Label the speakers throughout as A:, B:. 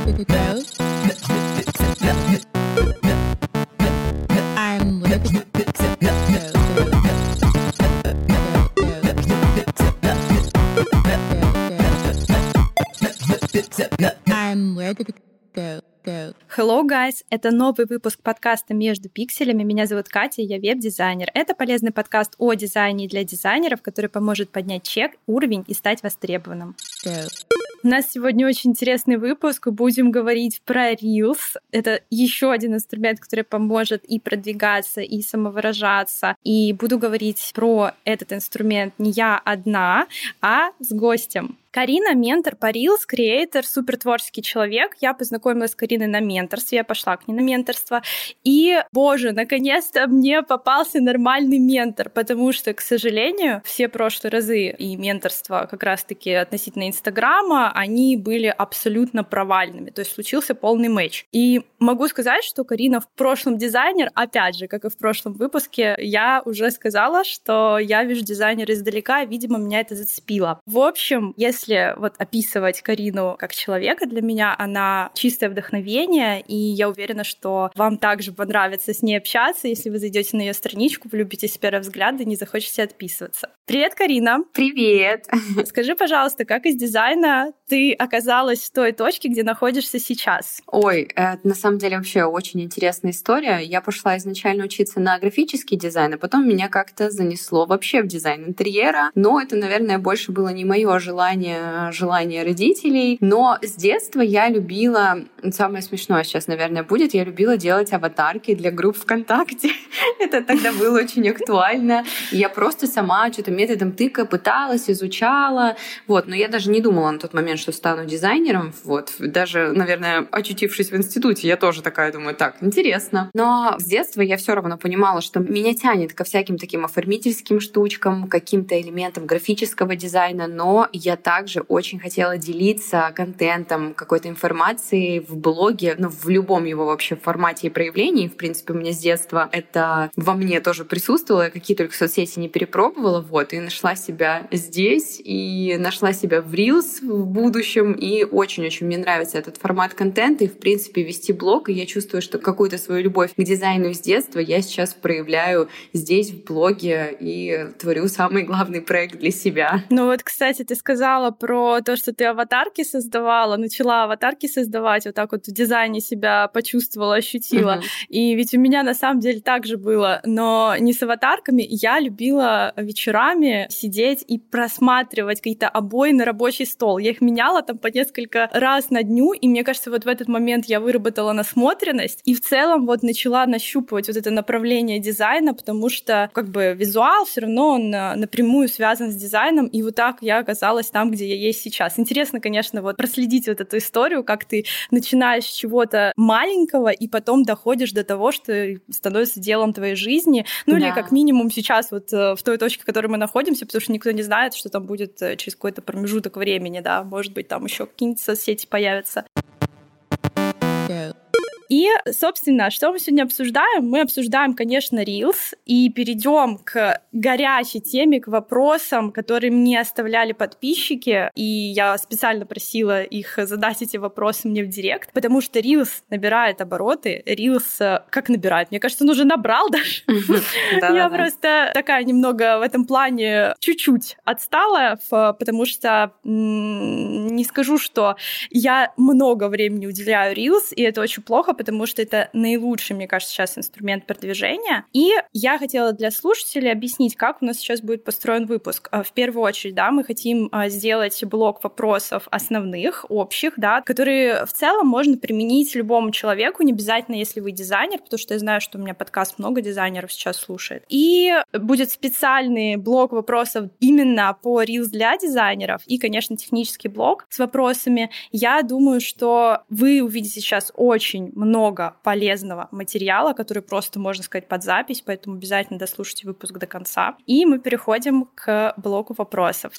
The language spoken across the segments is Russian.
A: Hello, guys! Это новый выпуск подкаста «Между пикселями». Меня зовут Катя, я веб-дизайнер. Это полезный подкаст о дизайне для дизайнеров, который поможет поднять чек, уровень и стать востребованным. У нас сегодня очень интересный выпуск. Будем говорить про Reels. Это еще один инструмент, который поможет и продвигаться, и самовыражаться. И буду говорить про этот инструмент не я одна, а с гостем. Карина — ментор по Reels, креатор, супертворческий человек. Я познакомилась с Кариной на менторстве, я пошла к ней на менторство. И, боже, наконец-то мне попался нормальный ментор, потому что, к сожалению, все прошлые разы и менторство как раз-таки относительно Инстаграма, они были абсолютно провальными, то есть случился полный мэч. И могу сказать, что Карина в прошлом дизайнер, опять же, как и в прошлом выпуске, я уже сказала, что я вижу дизайнера издалека, и, видимо, меня это зацепило. В общем, если вот описывать Карину как человека, для меня она чистое вдохновение, и я уверена, что вам также понравится с ней общаться. Если вы зайдете на ее страничку, влюбитесь с первого взгляда и не захочете отписываться. Привет, Карина!
B: Привет!
A: Скажи, пожалуйста, как из дизайна ты оказалась в той точке, где находишься сейчас?
B: Ой, на самом деле вообще очень интересная история. Я пошла изначально учиться на графический дизайн, а потом меня как-то занесло вообще в дизайн интерьера. Но это, наверное, больше было не мое желание родителей. Но с детства я любила, самое смешное сейчас, наверное, будет, я любила делать аватарки для групп ВКонтакте. Это тогда было очень актуально. Я просто сама что-то методом тыка пыталась, изучала. Вот. Но я даже не думала на тот момент, что стану дизайнером. Вот. Даже, наверное, очутившись в институте, я тоже такая думаю, так, интересно. Но с детства я все равно понимала, что меня тянет ко всяким таким оформительским штучкам, каким-то элементам графического дизайна, но я также очень хотела делиться контентом, какой-то информацией в блоге, ну, в любом его вообще формате и проявлении. В принципе, у меня с детства это во мне тоже присутствовало. Я какие только соцсети не перепробовала, вот, и нашла себя здесь, и нашла себя в Reels в будущем, и очень-очень мне нравится этот формат контента, и, в принципе, вести блог, и я чувствую, что какую-то свою любовь к дизайну с детства я сейчас проявляю здесь, в блоге, и творю самый главный проект для себя.
A: Ну вот, кстати, ты сказала про то, что ты аватарки создавала, начала аватарки создавать, вот так вот в дизайне себя почувствовала, ощутила. И ведь у меня на самом деле так же было, но не с аватарками. Я любила вечерами сидеть и просматривать какие-то обои на рабочий стол. Я их меняла там по несколько раз на дню, и мне кажется, вот в этот момент я выработала насмотренность и в целом вот начала нащупывать вот это направление дизайна, потому что как бы визуал все равно он напрямую связан с дизайном, и вот так я оказалась там, где я есть сейчас. Интересно, конечно, вот проследить вот эту историю, как ты начинаешь с чего-то маленького и потом доходишь до того, что становится делом твоей жизни. Ну или как минимум сейчас вот в той точке, в которой мы находимся, потому что никто не знает, что там будет через какой-то промежуток времени, да, может быть, там еще какие-нибудь соцсети появятся. И, собственно, что мы сегодня обсуждаем? Мы обсуждаем, конечно, Reels, и перейдем к горячей теме, к вопросам, которые мне оставляли подписчики, и я специально просила их задать эти вопросы мне в директ, потому что Reels набирает обороты. Reels как набирает? Мне кажется, он уже набрал даже. Я просто такая немного в этом плане чуть-чуть отстала, потому что не скажу, что я много времени уделяю Reels, и это очень плохо, потому что это наилучший, мне кажется, сейчас инструмент продвижения. И я хотела для слушателей объяснить, как у нас сейчас будет построен выпуск. В первую очередь, да, мы хотим сделать блок вопросов основных, общих, да, которые в целом можно применить любому человеку, не обязательно, если вы дизайнер, потому что я знаю, что у меня подкаст много дизайнеров сейчас слушает. И будет специальный блок вопросов именно по Reels для дизайнеров и, конечно, технический блок с вопросами. Я думаю, что вы увидите сейчас очень много много полезного материала, который просто, можно сказать, под запись, поэтому обязательно дослушайте выпуск до конца. И мы переходим к блоку вопросов.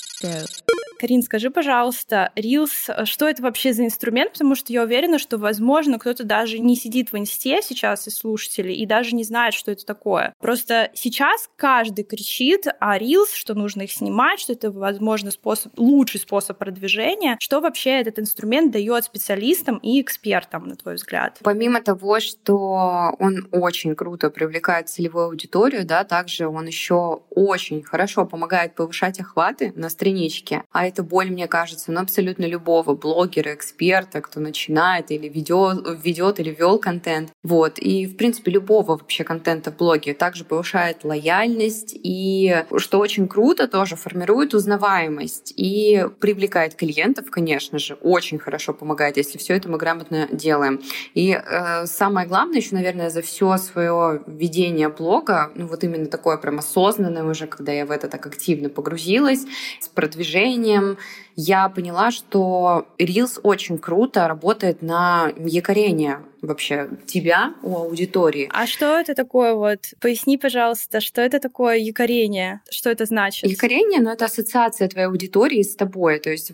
A: Карин, скажи, пожалуйста, Reels, что это вообще за инструмент? Потому что я уверена, что, возможно, кто-то даже не сидит в инсте сейчас из слушателей и даже не знает, что это такое. Просто сейчас каждый кричит о Reels, что нужно их снимать, что это, возможно, лучший способ продвижения. Что вообще этот инструмент дает специалистам и экспертам, на твой взгляд?
B: Помимо того, что он очень круто привлекает целевую аудиторию, да, также он еще очень хорошо помогает повышать охваты на страничке. А это боль, мне кажется, абсолютно любого блогера, эксперта, кто начинает или ведет или вел контент. Вот. И, в принципе, любого вообще контента в блоге также повышает лояльность и, что очень круто, тоже формирует узнаваемость и привлекает клиентов, конечно же, очень хорошо помогает, если все это мы грамотно делаем. И самое главное еще, наверное, за все свое ведение блога, вот именно такое прям осознанное уже, когда я в это так активно погрузилась, с продвижением, я поняла, что Reels очень круто работает на якорение вообще тебя у аудитории.
A: А что это такое? Вот поясни, пожалуйста, что это такое якорение? Что это значит?
B: Якорение, это ассоциация твоей аудитории с тобой. То есть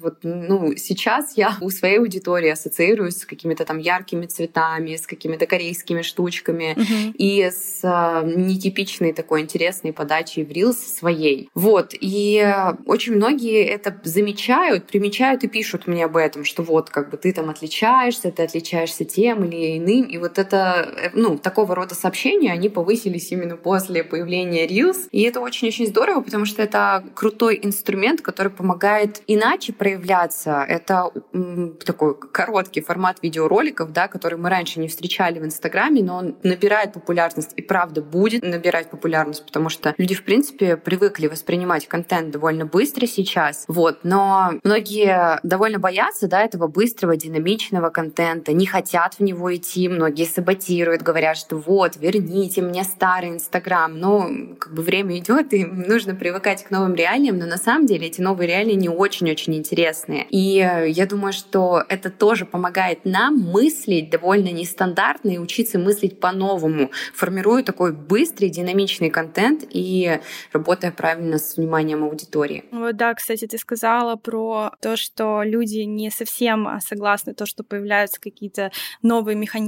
B: сейчас я у своей аудитории ассоциируюсь с какими-то там яркими цветами, с какими-то корейскими штучками и с нетипичной такой интересной подачей в Reels своей. Вот. И очень многие это замечают, примечают и пишут мне об этом, что вот как бы ты там отличаешься, ты отличаешься тем или иным. И вот это, такого рода сообщения, они повысились именно после появления Reels. И это очень-очень здорово, потому что это крутой инструмент, который помогает иначе проявляться. Это такой короткий формат видеороликов, да, который мы раньше не встречали в Инстаграме, но он набирает популярность и правда будет набирать популярность, потому что люди, в принципе, привыкли воспринимать контент довольно быстро сейчас. Вот. Но многие довольно боятся, да, этого быстрого, динамичного контента, не хотят в него идти, многие саботируют, говорят, что вот, верните мне старый Инстаграм. Но время идет, и нужно привыкать к новым реалиям, но на самом деле эти новые реалии не очень-очень интересные. И я думаю, что это тоже помогает нам мыслить довольно нестандартно и учиться мыслить по-новому, формируя такой быстрый, динамичный контент и работая правильно с вниманием аудитории.
A: Вот да, кстати, ты сказала про то, что люди не совсем согласны то, что появляются какие-то новые механизмы,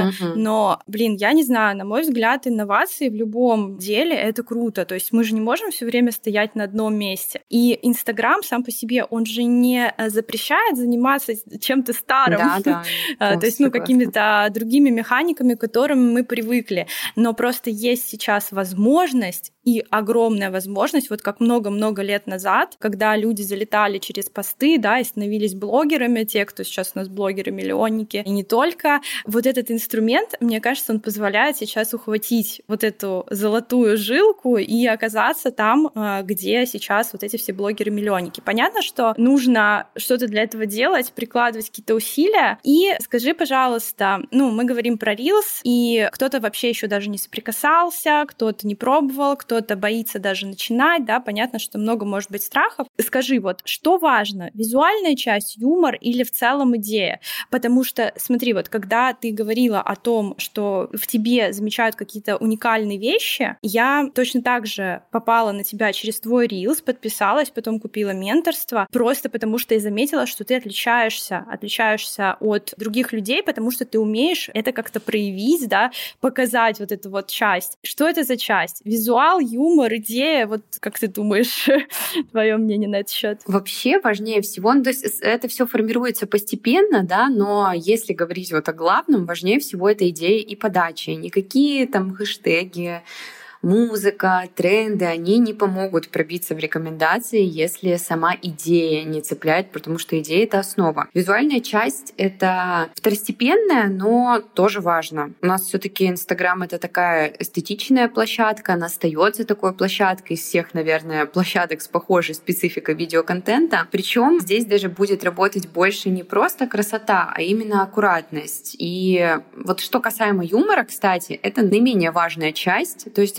A: но, я не знаю, на мой взгляд, инновации в любом деле — это круто. То есть мы же не можем все время стоять на одном месте. И Инстаграм сам по себе, он же не запрещает заниматься чем-то старым.
B: Да.
A: То есть, какими-то другими механиками, к которым мы привыкли. Но просто есть сейчас возможность, и огромная возможность, вот как много-много лет назад, когда люди залетали через посты, да, и становились блогерами, те, кто сейчас у нас блогеры-миллионники, и не только. Вот этот инструмент, мне кажется, он позволяет сейчас ухватить вот эту золотую жилку и оказаться там, где сейчас вот эти все блогеры-миллионники. Понятно, что нужно что-то для этого делать, прикладывать какие-то усилия. И скажи, пожалуйста, мы говорим про Reels, и кто-то вообще еще даже не соприкасался, кто-то не пробовал, кто-то боится даже начинать, да, понятно, что много может быть страхов. Скажи, вот, что важно, визуальная часть, юмор или в целом идея? Потому что, смотри, вот, когда ты говорила о том, что в тебе замечают какие-то уникальные вещи, я точно так же попала на тебя через твой Reels, подписалась, потом купила менторство, просто потому что я заметила, что ты отличаешься от других людей, потому что ты умеешь это как-то проявить, да, показать вот эту вот часть. Что это за часть? Визуал, юмор, идея, вот как ты думаешь, твое мнение на этот счет?
B: Вообще важнее всего, то есть это все формируется постепенно, да, но если говорить вот о главном, важнее всего это идея и подача. Никакие там хэштеги, музыка, тренды, они не помогут пробиться в рекомендации, если сама идея не цепляет, потому что идея — это основа. Визуальная часть — это второстепенная, но тоже важно. У нас все-таки Инстаграм — это такая эстетичная площадка, она остается такой площадкой из всех, наверное, площадок с похожей спецификой видеоконтента. Причем здесь даже будет работать больше не просто красота, а именно аккуратность. И вот что касаемо юмора, кстати, это наименее важная часть, то есть это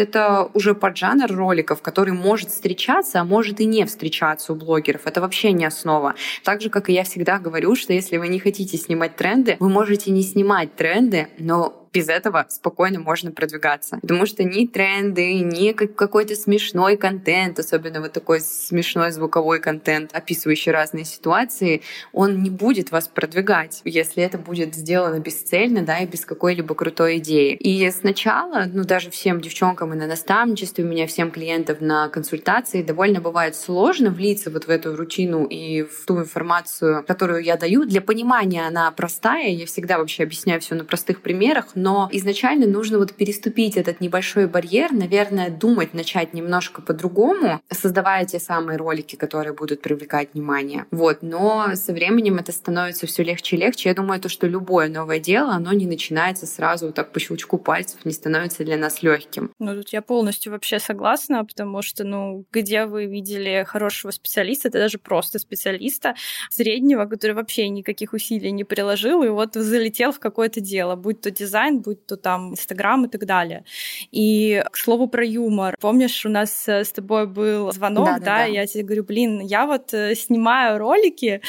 B: это уже поджанр роликов, который может встречаться, а может и не встречаться у блогеров. Это вообще не основа. Так же, как и я всегда говорю, что если вы не хотите снимать тренды, вы можете не снимать тренды, но без этого спокойно можно продвигаться. Потому что ни тренды, ни какой-то смешной контент, особенно вот такой смешной звуковой контент, описывающий разные ситуации, он не будет вас продвигать, если это будет сделано бесцельно, да, и без какой-либо крутой идеи. И сначала, даже всем девчонкам и на наставничестве, у меня всем клиентов на консультации довольно бывает сложно влиться вот в эту рутину и в ту информацию, которую я даю. Для понимания она простая, я всегда вообще объясняю все на простых примерах, но изначально нужно вот переступить этот небольшой барьер, наверное, думать начать немножко по-другому, создавая те самые ролики, которые будут привлекать внимание. Но со временем это становится все легче и легче. Я думаю, что любое новое дело, оно не начинается сразу так по щелчку пальцев, не становится для нас легким.
A: Тут я полностью вообще согласна, потому что, где вы видели хорошего специалиста, это даже просто специалиста среднего, который вообще никаких усилий не приложил, и вот залетел в какое-то дело, будь то дизайн, будь то там Инстаграм и так далее. И, к слову, про юмор. Помнишь, у нас с тобой был звонок, да? Я тебе говорю, я вот снимаю ролики,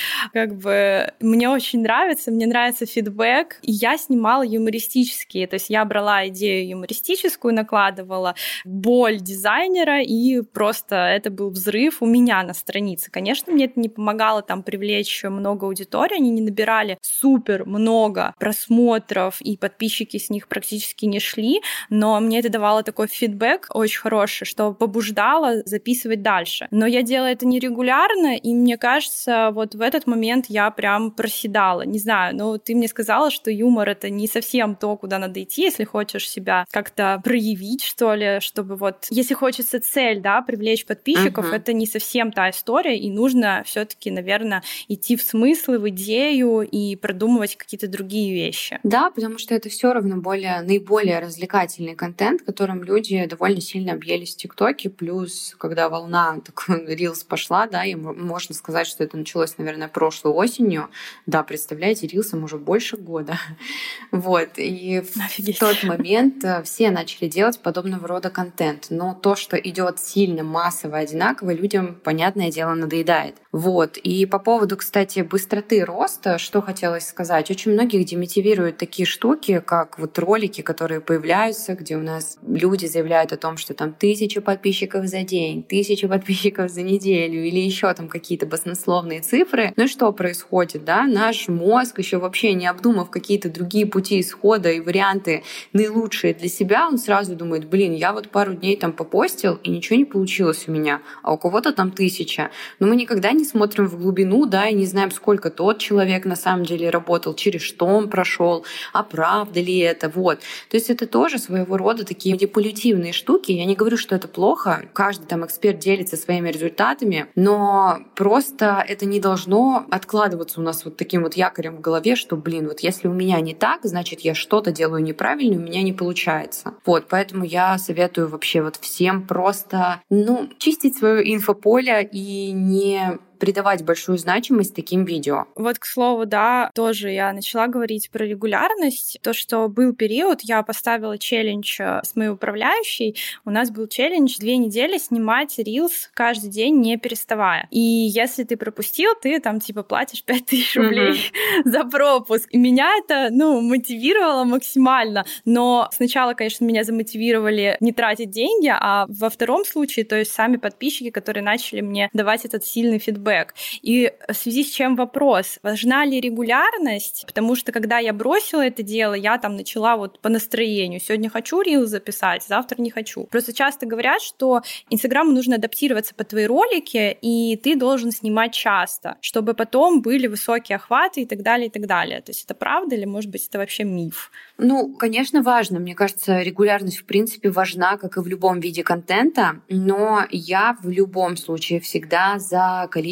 A: мне очень нравится, мне нравится фидбэк, и я снимала юмористические, то есть я брала идею юмористическую, накладывала боль дизайнера, и просто это был взрыв у меня на странице. Конечно, мне это не помогало там привлечь много аудитории, они не набирали супер много просмотров, и подписчики с них практически не шли, но мне это давало такой фидбэк очень хороший, что побуждало записывать дальше. Но я делала это нерегулярно, и мне кажется, вот в этот момент я прям проседала. Не знаю, ты мне сказала, что юмор — это не совсем то, куда надо идти, если хочешь себя как-то проявить, что ли, чтобы если хочется цель, да, привлечь подписчиков, это не совсем та история, и нужно все-таки, наверное, идти в смыслы, в идею и продумывать какие-то другие вещи.
B: Да, потому что это все равно наиболее развлекательный контент, которым люди довольно сильно объелись в ТикТоке. Плюс, когда волна Reels пошла, да, и можно сказать, что это началось, наверное, прошлой осенью. Да, представляете, Рилсам уже больше года. И в тот момент все начали делать подобного рода контент. Но то, что идет сильно массово, одинаково, людям, понятное дело, надоедает. И по поводу, кстати, быстроты роста, что хотелось сказать. Очень многих демотивируют такие штуки, как ролики, которые появляются, где у нас люди заявляют о том, что там 1000 подписчиков за день, 1000 подписчиков за неделю или еще там какие-то баснословные цифры. И что происходит, да? Наш мозг, еще вообще не обдумав какие-то другие пути исхода и варианты наилучшие для себя, он сразу думает, я пару дней там попостил, и ничего не получилось у меня, а у кого-то там 1000. Но мы никогда не смотрим в глубину, да, и не знаем, сколько тот человек на самом деле работал, через что он прошел, а правда ли это, То есть это тоже своего рода такие манипулятивные штуки. Я не говорю, что это плохо. Каждый там эксперт делится своими результатами, но просто это не должно откладываться у нас таким якорем в голове, что, если у меня не так, значит, я что-то делаю неправильно, у меня не получается. Поэтому я советую вообще всем просто, чистить свое инфополе и не придавать большую значимость таким видео.
A: К слову, да, тоже я начала говорить про регулярность. То, что был период, я поставила челлендж с моей управляющей. У нас был челлендж 2 недели снимать рилс каждый день, не переставая. И если ты пропустил, ты там платишь 5000 рублей за пропуск. И меня это, мотивировало максимально. Но сначала, конечно, меня замотивировали не тратить деньги, а во втором случае, то есть сами подписчики, которые начали мне давать этот сильный фидбэк. И в связи с чем вопрос, важна ли регулярность? Потому что когда я бросила это дело, я там начала по настроению. Сегодня хочу рил записать, завтра не хочу. Просто часто говорят, что Инстаграму нужно адаптироваться под твои ролики, и ты должен снимать часто, чтобы потом были высокие охваты и так далее, и так далее. То есть это правда или, может быть, это вообще миф?
B: Конечно, важно. Мне кажется, регулярность, в принципе, важна, как и в любом виде контента, но я в любом случае всегда за количество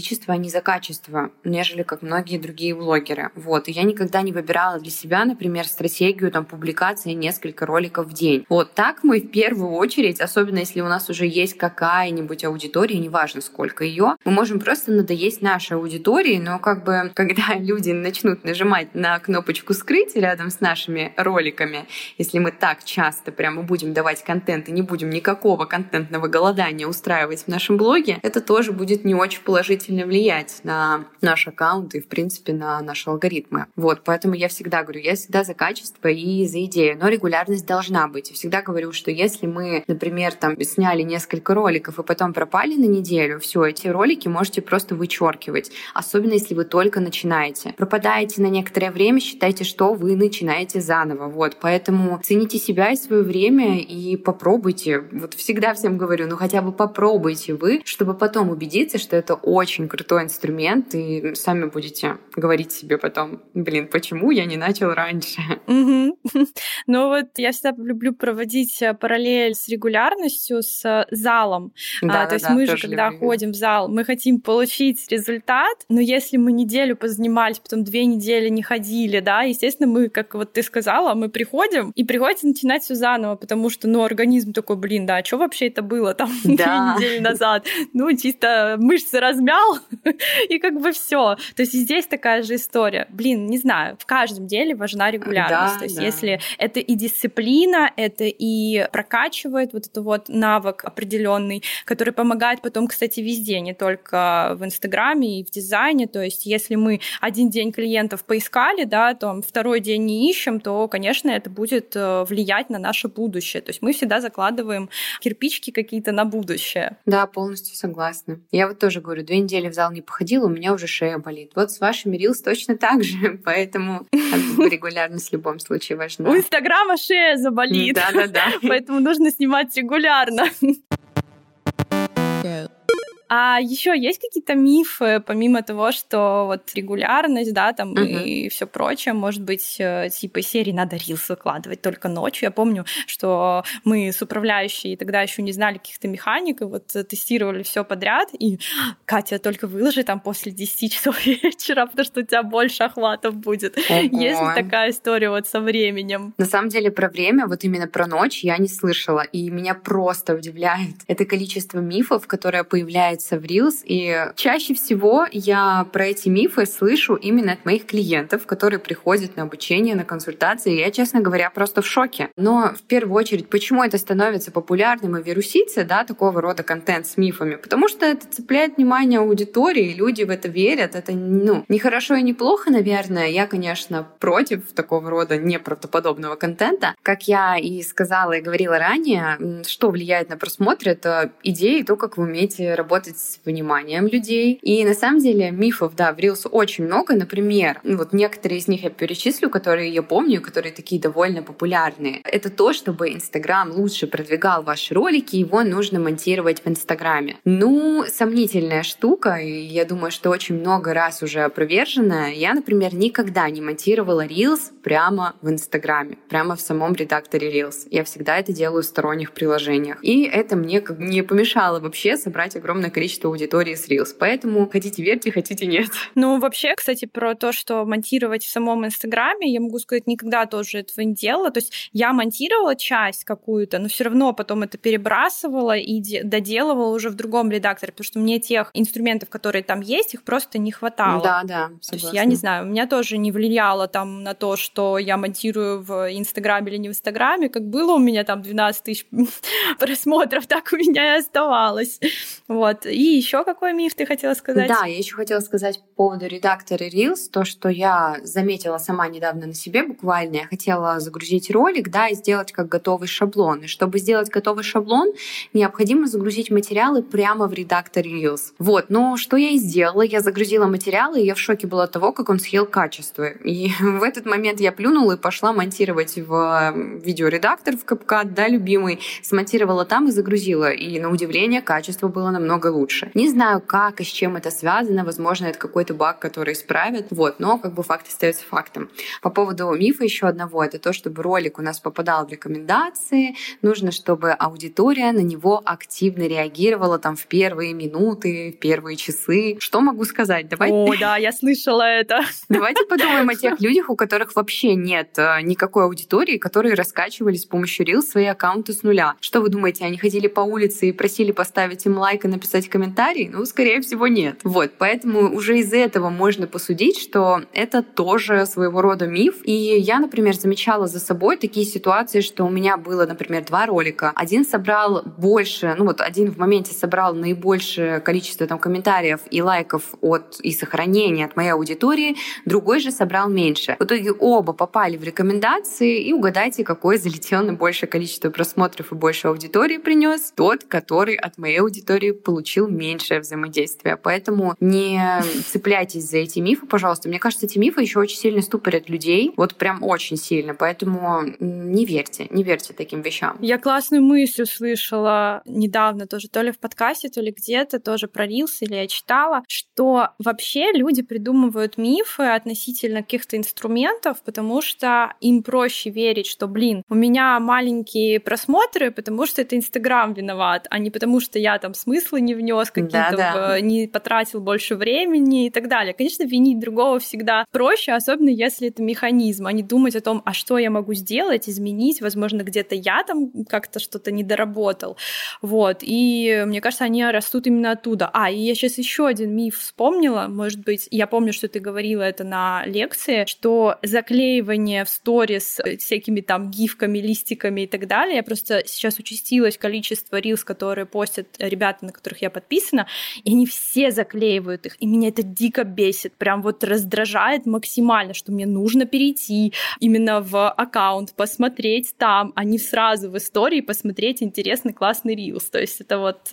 B: количество, а не за качество, нежели как многие другие блогеры. Вот. И я никогда не выбирала для себя, например, стратегию публикации несколько роликов в день. Вот так мы в первую очередь, особенно если у нас уже есть какая-нибудь аудитория, неважно сколько ее, мы можем просто надоесть нашей аудитории, но когда люди начнут нажимать на кнопочку «Скрыть» рядом с нашими роликами, если мы так часто прямо будем давать контент и не будем никакого контентного голодания устраивать в нашем блоге, это тоже будет не очень положительно влиять на наш аккаунт и, в принципе, на наши алгоритмы. Вот, поэтому я всегда говорю, я всегда за качество и за идею, но регулярность должна быть. Я всегда говорю, что если мы, например, сняли несколько роликов и потом пропали на неделю, все, эти ролики можете просто вычеркивать, особенно если вы только начинаете. Пропадаете на некоторое время, считайте, что вы начинаете заново. Вот, поэтому цените себя и свое время и попробуйте. Вот всегда всем говорю, хотя бы попробуйте вы, чтобы потом убедиться, что это очень крутой инструмент, и сами будете говорить себе потом, почему я не начал раньше?
A: Я всегда люблю проводить параллель с регулярностью, с залом. То есть мы же, когда ходим в зал, мы хотим получить результат, но если мы неделю позанимались, потом 2 недели не ходили, да, естественно, мы, как вот ты сказала, мы приходим, и приходится начинать все заново, потому что, организм такой, а что вообще это было 2 недели назад? Чисто мышцы размял, и все. То есть и здесь такая же история. Не знаю, в каждом деле важна регулярность. То есть если это и дисциплина, это и прокачивает навык определенный, который помогает потом, кстати, везде, не только в Инстаграме и в дизайне. То есть если мы один день клиентов поискали, да, второй день не ищем, то, конечно, это будет влиять на наше будущее. То есть мы всегда закладываем кирпичики какие-то на будущее.
B: Да, полностью согласна. Я тоже говорю, 2 недели в зал не походила, у меня уже шея болит. Вот с вашими Reels точно так же, поэтому регулярность в любом случае важна.
A: У Инстаграма шея заболит.
B: Да.
A: Поэтому нужно снимать регулярно. А еще есть какие-то мифы, помимо того, что регулярность, да, и все прочее, может быть, типа серии надо рилс выкладывать только ночью. Я помню, что мы с управляющей тогда еще не знали каких-то механик, и тестировали все подряд, и Катя только выложи после 10 часов вечера, потому что у тебя больше охватов будет.
B: Ого.
A: Есть ли такая история со временем?
B: На самом деле про время, именно про ночь я не слышала, и меня просто удивляет это количество мифов, которое появляется в Reels, и чаще всего я про эти мифы слышу именно от моих клиентов, которые приходят на обучение, на консультации, и я, честно говоря, просто в шоке. Но в первую очередь, почему это становится популярным и вирусится, да, такого рода контент с мифами? Потому что это цепляет внимание аудитории, люди в это верят, это, не хорошо и не плохо, наверное. Я, конечно, против такого рода неправдоподобного контента. Как я и сказала и говорила ранее, что влияет на просмотр, это идеи, то, как вы умеете работать с вниманием людей. И на самом деле мифов, да, в Reels очень много. Например, некоторые из них я перечислю, которые я помню, которые такие довольно популярные. Это то, чтобы Инстаграм лучше продвигал ваши ролики, его нужно монтировать в Инстаграме. Сомнительная штука, и я думаю, что очень много раз уже опроверженная. Я, например, никогда не монтировала Reels прямо в Инстаграме, прямо в самом редакторе Reels. Я всегда это делаю в сторонних приложениях. И это мне не помешало вообще собрать огромное количество аудитории с Reels. Поэтому хотите верьте, хотите нет.
A: Вообще, кстати, про то, что монтировать в самом Инстаграме, я могу сказать, никогда тоже этого не делала. То есть я монтировала часть какую-то, но все равно потом это перебрасывала и доделывала уже в другом редакторе, потому что мне тех инструментов, которые там есть, их просто не хватало.
B: Да,
A: согласна. То есть я не знаю, у меня тоже не влияло на то, что я монтирую в Инстаграме или не в Инстаграме. Как было у меня 12 тысяч просмотров, так у меня и оставалось. И еще какой миф ты хотела сказать?
B: Да, я еще хотела сказать по поводу редактора Reels, то, что я заметила сама недавно на себе буквально. Я хотела загрузить ролик, да, и сделать как готовый шаблон. И чтобы сделать готовый шаблон, необходимо загрузить материалы прямо в редактор Reels. Но что я и сделала. Я загрузила материалы, и я в шоке была от того, как он съел качество. И в этот момент я плюнула и пошла монтировать в видеоредактор в CapCut, да, любимый. Смонтировала там и загрузила. И на удивление качество было намного лучше. Не знаю, как и с чем это связано, возможно, это какой-то баг, который исправят, но как бы факт остается фактом. По поводу мифа еще одного, это то, чтобы ролик у нас попадал в рекомендации, нужно, чтобы аудитория на него активно реагировала там в первые минуты, в первые часы. Что могу сказать?
A: О, да, я слышала это.
B: Давайте подумаем о тех людях, у которых вообще нет никакой аудитории, которые раскачивали с помощью Reels свои аккаунты с нуля. Что вы думаете, они ходили по улице и просили поставить им лайк и написать комментарий? Скорее всего, нет. Поэтому уже из этого можно посудить, что это тоже своего рода миф. И я, например, замечала за собой такие ситуации, что у меня было, например, 2 ролика. Один собрал больше, один в моменте собрал наибольшее количество комментариев и лайков и сохранения от моей аудитории, другой же собрал меньше. В итоге оба попали в рекомендации, и угадайте, какой залетел на большее количество просмотров и больше аудитории принес тот, который от моей аудитории получил меньшее взаимодействие. Поэтому не цепляйтесь за эти мифы, пожалуйста. Мне кажется, эти мифы еще очень сильно ступорят людей, прям очень сильно. Поэтому не верьте таким вещам.
A: Я классную мысль услышала недавно тоже, то ли в подкасте, то ли где-то тоже про Reels, или я читала, что вообще люди придумывают мифы относительно каких-то инструментов, потому что им проще верить, что, у меня маленькие просмотры, потому что это Инстаграм виноват, а не потому что я там смыслы не внес какие-то, не потратил больше времени и так далее. Конечно, винить другого всегда проще, особенно если это механизм, а не думать о том, а что я могу сделать, изменить, возможно, где-то я там как-то что-то не доработал. И мне кажется, они растут именно оттуда. И я сейчас еще один миф вспомнила, может быть, я помню, что ты говорила это на лекции, что заклеивание в сторис всякими там гифками, листиками и так далее, просто сейчас участилось количество Reels, которые постят ребята, на которых я подписана, и они все заклеивают их, и меня это дико бесит, прям раздражает максимально, что мне нужно перейти именно в аккаунт, посмотреть там, а не сразу в истории посмотреть интересный, классный Reels. То есть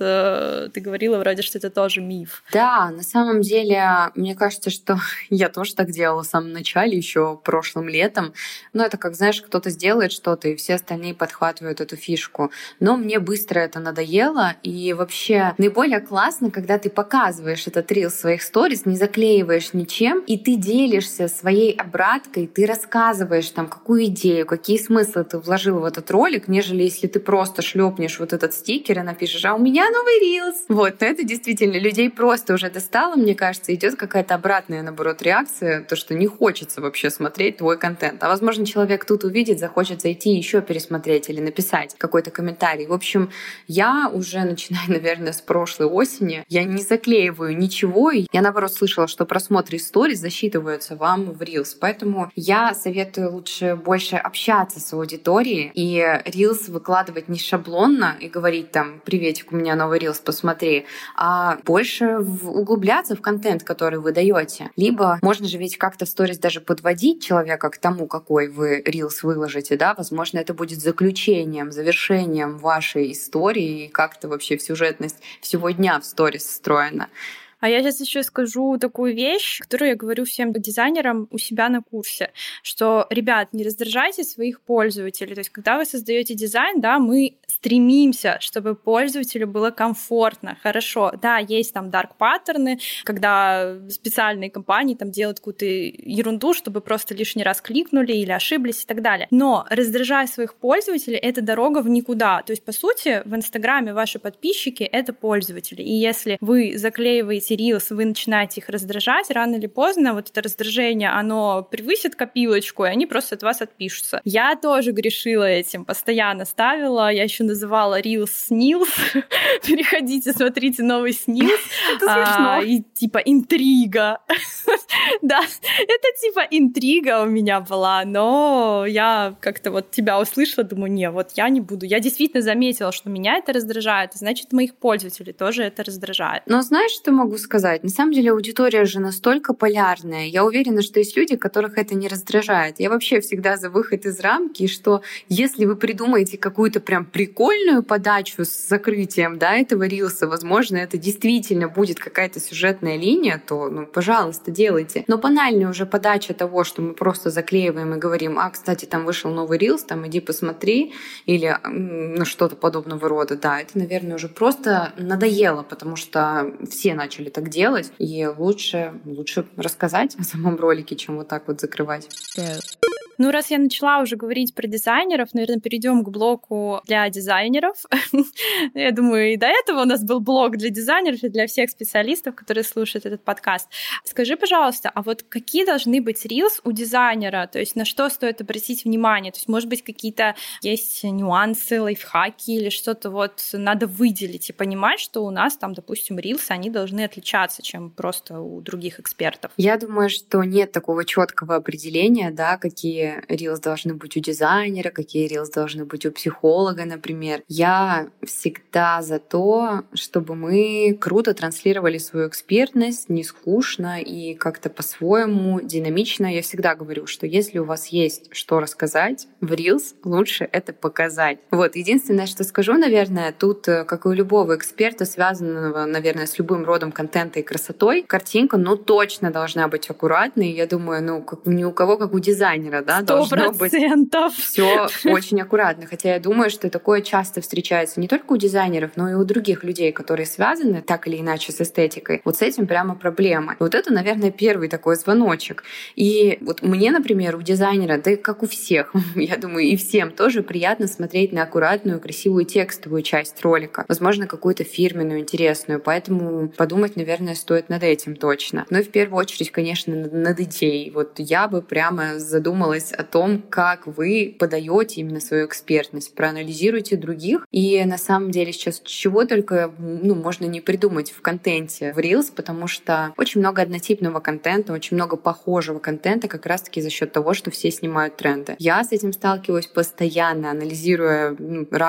A: это ты говорила вроде, что это тоже миф.
B: Да, на самом деле, мне кажется, что я тоже так делала в самом начале, еще прошлым летом. Это как, знаешь, кто-то сделает что-то, и все остальные подхватывают эту фишку. Но мне быстро это надоело, и вообще наиболее классно, когда ты показываешь этот Reels в своих сторис, не заклеиваешь ничем, и ты делишься своей обраткой, ты рассказываешь там, какую идею, какие смыслы ты вложил в этот ролик, нежели если ты просто шлепнешь этот стикер и напишешь, а у меня новый Reels. Но это действительно людей просто уже достало, мне кажется, идет какая-то обратная, наоборот, реакция, то, что не хочется вообще смотреть твой контент. А возможно, человек тут увидит, захочет зайти и еще пересмотреть или написать какой-то комментарий. В общем, я уже начинаю, наверное, с прошлой осени, я не заклеиваю ничего, и я, наоборот, слышала, что просмотры сторис засчитываются вам в Reels. Поэтому я советую лучше больше общаться с аудиторией и Reels выкладывать не шаблонно и говорить там «Приветик, у меня новый Reels, посмотри», а больше углубляться в контент, который вы даете. Либо можно же ведь как-то в сторис даже подводить человека к тому, какой вы Reels выложите, да? Возможно, это будет заключением, завершением вашей истории и как-то вообще в сюжетность всего дня в сторис встроена.
A: А я сейчас еще скажу такую вещь, которую я говорю всем дизайнерам у себя на курсе, что, ребят, не раздражайте своих пользователей. То есть, когда вы создаете дизайн, да, мы стремимся, чтобы пользователю было комфортно, хорошо. Да, есть там дарк-паттерны, когда специальные компании там делают какую-то ерунду, чтобы просто лишний раз кликнули или ошиблись и так далее. Но раздражая своих пользователей, это дорога в никуда. То есть, по сути, в Инстаграме ваши подписчики — это пользователи. И если вы заклеиваете Reels, вы начинаете их раздражать, рано или поздно это раздражение, оно превысит копилочку, и они просто от вас отпишутся. Я тоже грешила этим, постоянно ставила, я еще называла Reels снилс. Переходите, смотрите новый снилс.
B: Это смешно.
A: И типа интрига. Да, это типа интрига у меня была, но я как-то тебя услышала, думаю, не, я не буду. Я действительно заметила, что меня это раздражает, значит, моих пользователей тоже это раздражает.
B: Но знаешь, что могу могу сказать? На самом деле аудитория же настолько полярная. Я уверена, что есть люди, которых это не раздражает. Я вообще всегда за выход из рамки, что если вы придумаете какую-то прям прикольную подачу с закрытием, да, этого рилса, возможно, это действительно будет какая-то сюжетная линия, то, пожалуйста, делайте. Но банальная уже подача того, что мы просто заклеиваем и говорим: кстати, там вышел новый рилс, там иди посмотри, или что-то подобного рода, да, это, наверное, уже просто надоело, потому что все начали так делать, и лучше рассказать о самом ролике, чем вот так вот закрывать.
A: Ну, раз я начала уже говорить про дизайнеров, наверное, перейдем к блоку для дизайнеров. Я думаю, и до этого у нас был блок для дизайнеров и для всех специалистов, которые слушают этот подкаст. Скажи, пожалуйста, а вот какие должны быть рилс у дизайнера? То есть на что стоит обратить внимание? То есть, может быть, какие-то есть нюансы, лайфхаки или что-то вот надо выделить и понимать, что у нас там, допустим, рилсы, они должны отличаться, чем просто у других экспертов?
B: Я думаю, что нет такого четкого определения, да, какие рилс должны быть у дизайнера, какие рилс должны быть у психолога, например. Я всегда за то, чтобы мы круто транслировали свою экспертность, не скучно и как-то по-своему динамично. Я всегда говорю, что если у вас есть что рассказать в рилс, лучше это показать. Вот, единственное, что скажу, наверное, тут, как и у любого эксперта, связанного, наверное, с любым родом контента и красотой, картинка, точно должна быть аккуратной. Я думаю, как ни у кого, как у дизайнера, да,
A: 100%.
B: должно быть все очень аккуратно. Хотя я думаю, что такое часто встречается не только у дизайнеров, но и у других людей, которые связаны так или иначе с эстетикой. Вот с этим прямо проблема. Вот это, наверное, первый такой звоночек. И вот мне, например, у дизайнера, да и как у всех, я думаю, и всем тоже приятно смотреть на аккуратную, красивую текстовую часть ролика. Возможно, какую-то фирменную, интересную. Поэтому подумать, наверное, стоит над этим точно. Но и в первую очередь, конечно, над идеей. Вот я бы прямо задумалась о том, как вы подаете именно свою экспертность, проанализируйте других. И на самом деле сейчас чего только можно не придумать в контенте в Reels, потому что очень много однотипного контента, очень много похожего контента как раз-таки за счет того, что все снимают тренды. Я с этим сталкиваюсь постоянно, анализируя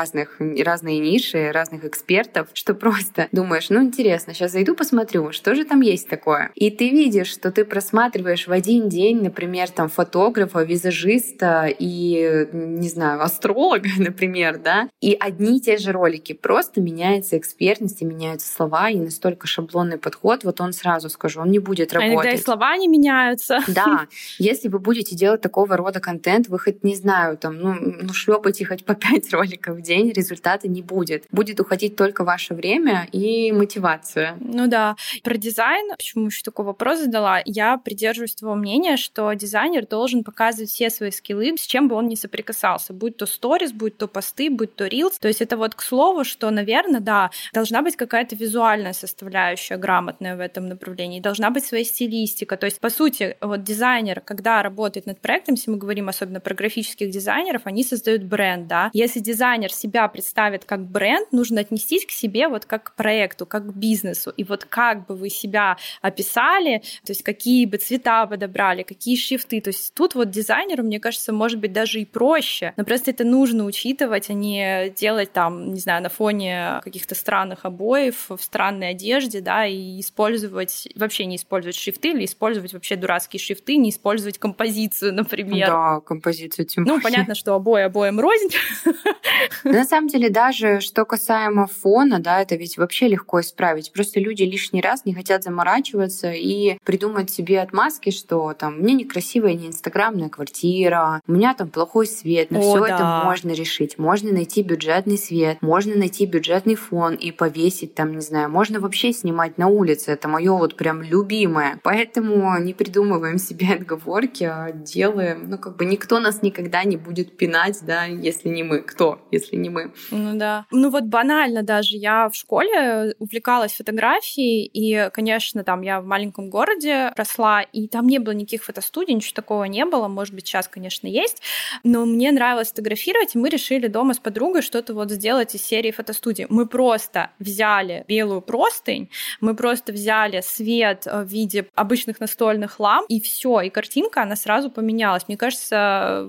B: разные ниши, разных экспертов, что просто думаешь, интересно, сейчас зайду посмотрю, что же там есть такое. И ты видишь, что ты просматриваешь в один день, например, там фотографа, визажиста и, не знаю, астролога, например, да, и одни и те же ролики. Просто меняется экспертность, и меняются слова, и настолько шаблонный подход, вот он сразу скажу, он не будет работать.
A: А иногда и слова не меняются.
B: Да, если вы будете делать такого рода контент, вы хоть, не знаю, шлепайте хоть по 5 роликов в день, результата не будет. Будет уходить только ваше время и мотивация.
A: Ну да. Про дизайн, почему еще такой вопрос задала, я придерживаюсь того мнения, что дизайнер должен показывать все свои скиллы, с чем бы он ни соприкасался. Будь то сторис, будь то посты, будь то рилс. То есть это вот к слову, что, наверное, да, должна быть какая-то визуальная составляющая грамотная в этом направлении, должна быть своя стилистика. То есть, по сути, вот дизайнер, когда работает над проектом, если мы говорим особенно про графических дизайнеров, они создают бренд, да. Если дизайнер себя представит как бренд, нужно отнестись к себе вот как к проекту, как к бизнесу. И вот как бы вы себя описали, то есть какие бы цвета подобрали, какие шрифты. То есть тут вот дизайнеру, мне кажется, может быть даже и проще. Но просто это нужно учитывать, а не делать там, не знаю, на фоне каких-то странных обоев, в странной одежде, да, и вообще не использовать шрифты или использовать вообще дурацкие шрифты, не использовать композицию, например.
B: Да, композицию тем более.
A: Понятно, что обоим рознь.
B: На самом деле, даже что касаемо фона, да, это ведь вообще легко исправить. Просто люди лишний раз не хотят заморачиваться и придумать себе отмазки, что там у меня некрасивая, не инстаграмная квартира, у меня там плохой свет. Но все это можно решить. Можно найти бюджетный свет, можно найти бюджетный фон и повесить там, не знаю, можно вообще снимать на улице. Это мое вот прям любимое. Поэтому не придумываем себе отговорки, а делаем. Никто нас никогда не будет пинать, да, если не мы. Кто, если не мы?
A: Ну да. Вот банально даже. Я в школе увлекалась фотографией, и, конечно, там я в маленьком городе росла, и там не было никаких фотостудий, ничего такого не было. Может быть, сейчас, конечно, есть. Но мне нравилось фотографировать, и мы решили дома с подругой что-то вот сделать из серии фотостудий. Мы просто взяли белую простынь, мы просто взяли свет в виде обычных настольных ламп, и все, и картинка, она сразу поменялась. Мне кажется, вот здесь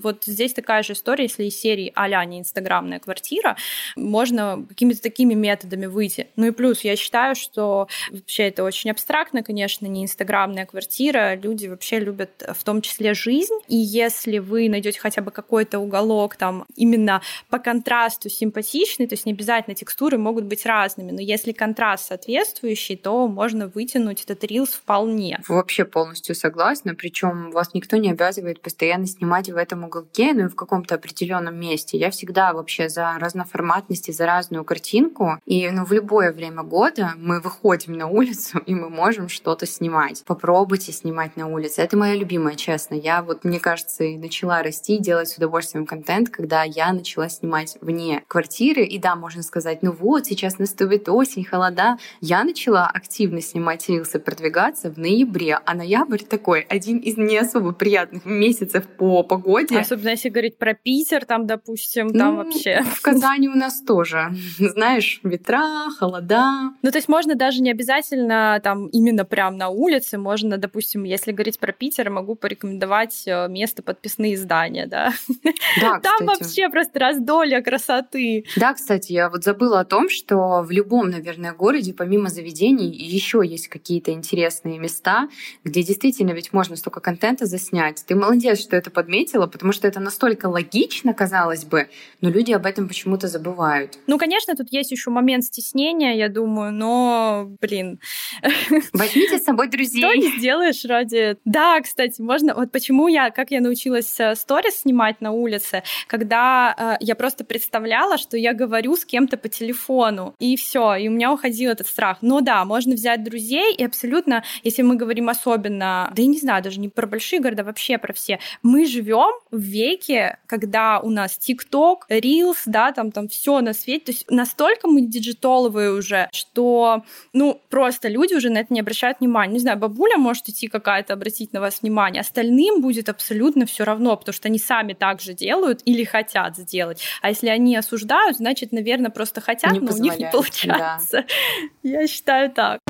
A: здесь такая же история, если из серии а-ля не инстаграмная квартира, можно какими-то такими методами выйти. Ну и плюс, я считаю, что вообще это очень абстрактно, конечно, не инстаграмная квартира, люди вообще любят в том числе жизнь, и если вы найдете хотя бы какой-то уголок там именно по контрасту симпатичный, то есть не обязательно текстуры могут быть разными, но если контраст соответствующий, то можно вытянуть этот рилс вполне.
B: Вообще полностью согласна, причем вас никто не обязывает постоянно снимать в этом уголке, ну и в каком-то определенном месте. Я всегда вообще за разноформатность и за разную картинку, и в любое время года мы выходим на улицу, и мы можем что-то снимать. Попробуйте снимать на улице. Это моя любимая, честно. Я мне кажется, и начала расти, делать с удовольствием контент, когда я начала снимать вне квартиры. И да, можно сказать, сейчас наступит осень, холода. Я начала активно снимать рилсы, продвигаться в ноябре, а ноябрь такой один из не особо приятных месяцев по погоде.
A: Особенно если говорить про Питер, там, допустим, там вообще.
B: В Казани у нас тоже, знаешь, ветра, холода.
A: То есть можно даже не обязательно там именно прям на улице, можно, допустим, если говорить про Питер, могу порекомендовать место подписные здания, да?
B: Да,
A: там вообще просто раздолье красоты.
B: Да, кстати, я забыла о том, что в любом, наверное, городе, помимо заведений, еще есть какие-то интересные места, где действительно ведь можно столько контента заснять. Ты молодец, что это подметила, потому что это настолько логично, казалось бы, но люди об этом почему-то забывают.
A: Конечно, тут есть еще момент стеснения, я думаю, но,
B: возьмите с собой друзей.
A: Что не сделаешь ради... Да, кстати, можно... Вот почему как я научилась сторис снимать на улице, когда я просто представляла, что я говорю с кем-то по телефону, и все, и у меня уходил этот страх. Но да, можно взять друзей, и абсолютно, если мы говорим особенно, да я не знаю, даже не про большие города, вообще про все, мы живем в веке, когда у нас ТикТок, Reels, да, там все на свете, то есть настолько мы диджиталовые уже, что, просто люди уже на это не обращают внимания. Не знаю, бабуля может идти какая-то обратить на вас внимание, остальным будет абсолютно все равно, потому что они сами так же делают или хотят сделать. А если они осуждают, значит, наверное, просто хотят, но у них не получается. Да. Я считаю так.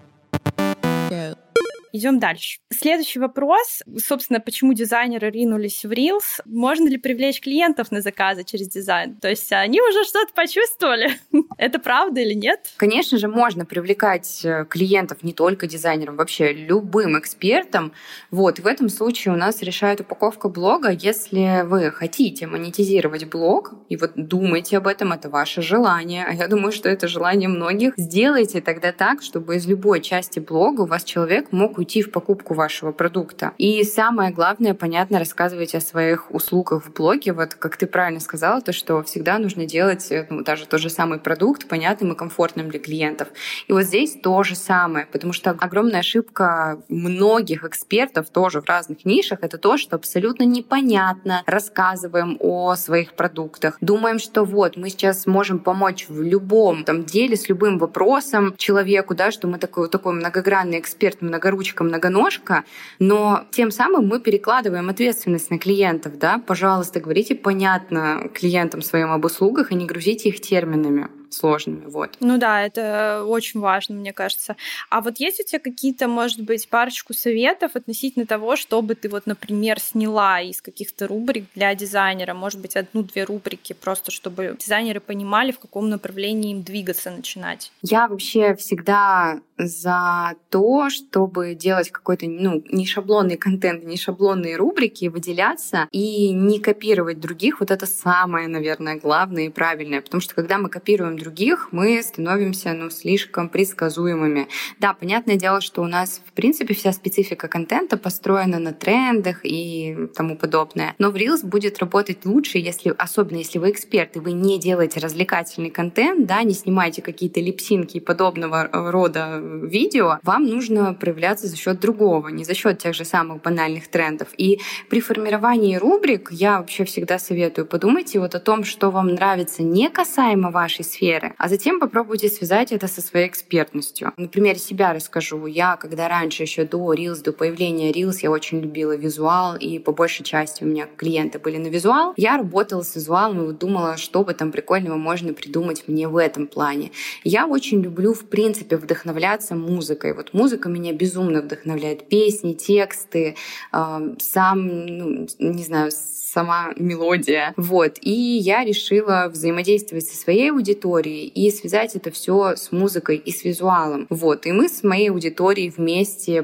A: Идем дальше. Следующий вопрос. Собственно, почему дизайнеры ринулись в Reels? Можно ли привлечь клиентов на заказы через дизайн? То есть они уже что-то почувствовали? Это правда или нет?
B: Конечно же, можно привлекать клиентов не только дизайнерам, вообще любым экспертам. И в этом случае у нас решает упаковка блога. Если вы хотите монетизировать блог, и думаете об этом, это ваше желание, а я думаю, что это желание многих, сделайте тогда так, чтобы из любой части блога у вас человек мог уйти в покупку вашего продукта. И самое главное, понятно, рассказывайте о своих услугах в блоге. Как ты правильно сказала, то, что всегда нужно делать даже тот же самый продукт понятным и комфортным для клиентов. И здесь то же самое, потому что огромная ошибка многих экспертов тоже в разных нишах — это то, что абсолютно непонятно рассказываем о своих продуктах. Думаем, что мы сейчас можем помочь в любом деле с любым вопросом человеку, да, что мы такой многогранный эксперт, многоручка, многоножка, но тем самым мы перекладываем ответственность на клиентов, да. Пожалуйста, говорите понятно клиентам своим об услугах и не грузите их терминами сложными.
A: Да, это очень важно, мне кажется. А есть у тебя какие-то, может быть, парочку советов относительно того, чтобы ты, например, сняла из каких-то рубрик для дизайнера, может быть, 1-2 рубрики, просто чтобы дизайнеры понимали, в каком направлении им двигаться, начинать?
B: Я вообще всегда за то, чтобы делать какой-то не шаблонный контент, не шаблонные рубрики, выделяться и не копировать других. Это самое, наверное, главное и правильное. Потому что когда мы копируем других, мы становимся слишком предсказуемыми. Да, понятное дело, что у нас, в принципе, вся специфика контента построена на трендах и тому подобное. Но в Reels будет работать лучше, особенно если вы эксперт, и вы не делаете развлекательный контент, да, не снимаете какие-то липсинки и подобного рода видео, вам нужно проявляться за счет другого, не за счет тех же самых банальных трендов. И при формировании рубрик я вообще всегда советую, подумайте о том, что вам нравится не касаемо вашей сферы, интерьеры. А затем попробуйте связать это со своей экспертностью. На примере себя расскажу. Я, когда раньше, еще до Reels, до появления Reels, я очень любила визуал, и по большей части у меня клиенты были на визуал. Я работала с визуалом и думала, что бы там прикольного можно придумать мне в этом плане. Я очень люблю, в принципе, вдохновляться музыкой. Вот музыка меня безумно вдохновляет. Песни, тексты, сама мелодия. Вот. И я решила взаимодействовать со своей аудиторией и связать это все с музыкой и с визуалом. Вот. И мы с моей аудиторией вместе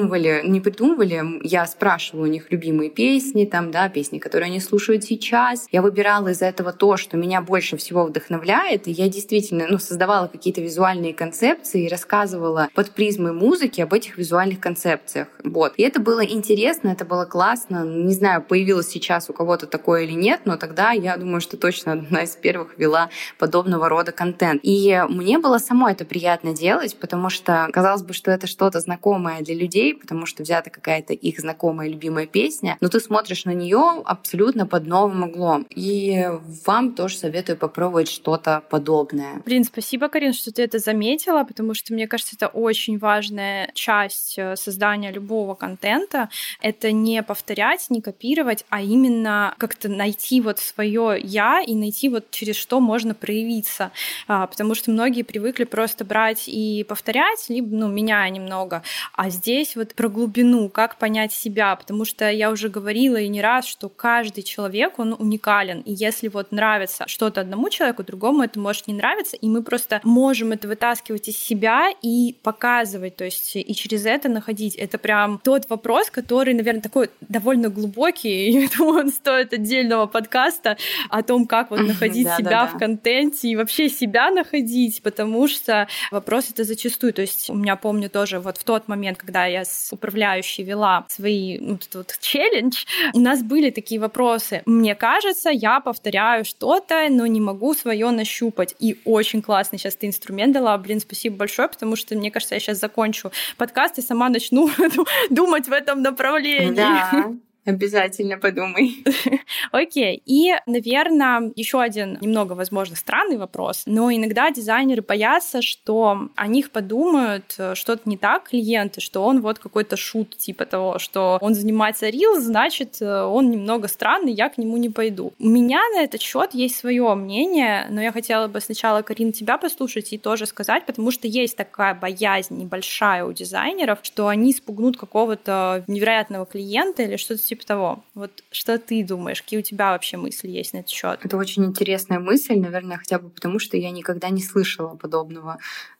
B: я спрашивала у них любимые песни, песни, которые они слушают сейчас. Я выбирала из этого то, что меня больше всего вдохновляет, и я действительно создавала какие-то визуальные концепции и рассказывала под призмой музыки об этих визуальных концепциях. Вот. И это было интересно, это было классно. Не знаю, появилось сейчас у кого-то такое или нет, но тогда я думаю, что точно одна из первых вела подобного рода контент. И мне было самой это приятно делать, потому что казалось бы, что это что-то знакомое для людей, потому что взята какая-то их знакомая любимая песня, но ты смотришь на нее абсолютно под новым углом. И вам тоже советую попробовать что-то подобное.
A: Блин, спасибо, Карин, что ты это заметила, потому что, мне кажется, это очень важная часть создания любого контента. Это не повторять, не копировать, а именно как-то найти вот свое «я» и найти вот через что можно проявиться. Потому что многие привыкли просто брать и повторять, либо, меняя немного. А здесь вот про глубину, как понять себя, потому что я уже говорила и не раз, что каждый человек, он уникален. И если вот нравится что-то одному человеку, другому это может не нравиться, и мы просто можем это вытаскивать из себя и показывать, то есть и через это находить. Это прям тот вопрос, который, наверное, такой довольно глубокий, и он стоит отдельного подкаста о том, как вот находить себя в контенте и вообще себя находить, потому что вопрос это зачастую. То есть у меня, помню, тоже вот в тот момент, когда я с управляющей вела свои челлендж, у нас были такие вопросы. Мне кажется, я повторяю что-то, но не могу свое нащупать. И очень классный сейчас ты инструмент дала. Блин, спасибо большое, потому что, мне кажется, я сейчас закончу подкаст и сама начну думать в этом направлении.
B: Да. Обязательно подумай.
A: Окей. И, наверное, еще один немного, возможно, странный вопрос, но иногда дизайнеры боятся, что о них подумают что-то не так клиенты, что он вот какой-то шут, типа того, что он занимается Reels, значит, он немного странный, я к нему не пойду. У меня на этот счет есть свое мнение, но я хотела бы сначала, Карин, тебя послушать и тоже сказать, потому что есть такая боязнь небольшая у дизайнеров, что они спугнут какого-то невероятного клиента или что-то типа того. Вот что ты думаешь? Какие у тебя вообще мысли есть на этот счет?
B: Это очень интересная мысль, наверное, хотя бы потому, что я никогда не слышала подобного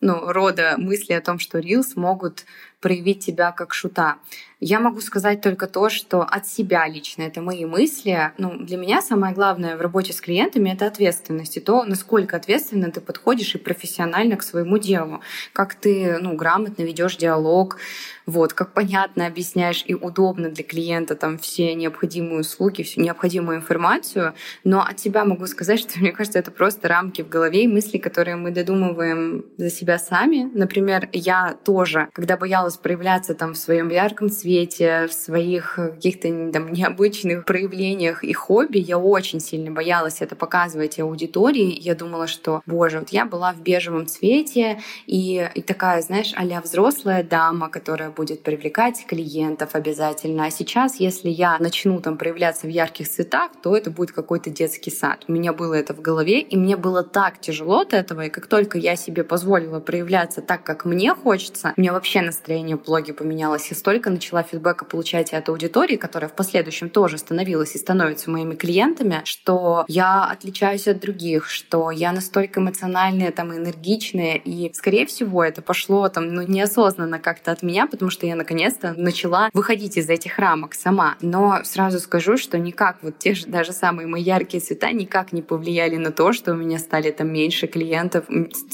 B: рода мысли о том, что Reels могут проявить тебя как шута. Я могу сказать только то, что от себя лично, это мои мысли. Для меня самое главное в работе с клиентами — это ответственность. И то, насколько ответственно ты подходишь и профессионально к своему делу. Как ты грамотно ведешь диалог, как понятно объясняешь и удобно для клиента все необходимые услуги, всю необходимую информацию. Но от себя могу сказать, что, мне кажется, это просто рамки в голове и мысли, которые мы додумываем за себя сами. Например, я тоже, когда боялась проявляться в своем ярком цвете, в своих каких-то необычных проявлениях и хобби, я очень сильно боялась это показывать аудитории. Я думала, что, боже, вот я была в бежевом цвете и такая, знаешь, а-ля взрослая дама, которая будет привлекать клиентов обязательно. А сейчас, если я начну проявляться в ярких цветах, то это будет какой-то детский сад. У меня было это в голове, и мне было так тяжело от этого, и как только я себе позволила проявляться так, как мне хочется, у меня вообще настроение в блоге поменялось. Я столько начала фидбэка получать от аудитории, которая в последующем тоже становилась и становится моими клиентами, что я отличаюсь от других, что я настолько эмоциональная, энергичная, и, скорее всего, это пошло неосознанно как-то от меня, потому что я наконец-то начала выходить из этих рамок сама. Но сразу скажу, что никак те же даже самые мои яркие цвета никак не повлияли на то, что у меня стало меньше клиентов,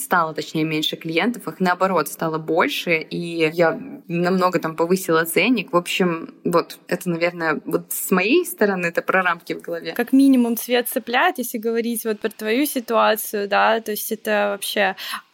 B: меньше клиентов, их наоборот стало больше, и я намного повысила ценник. В общем, это, наверное, с моей стороны это про рамки в голове.
A: Как минимум цвет цепляет, если говорить про твою ситуацию, да, то есть это вообще...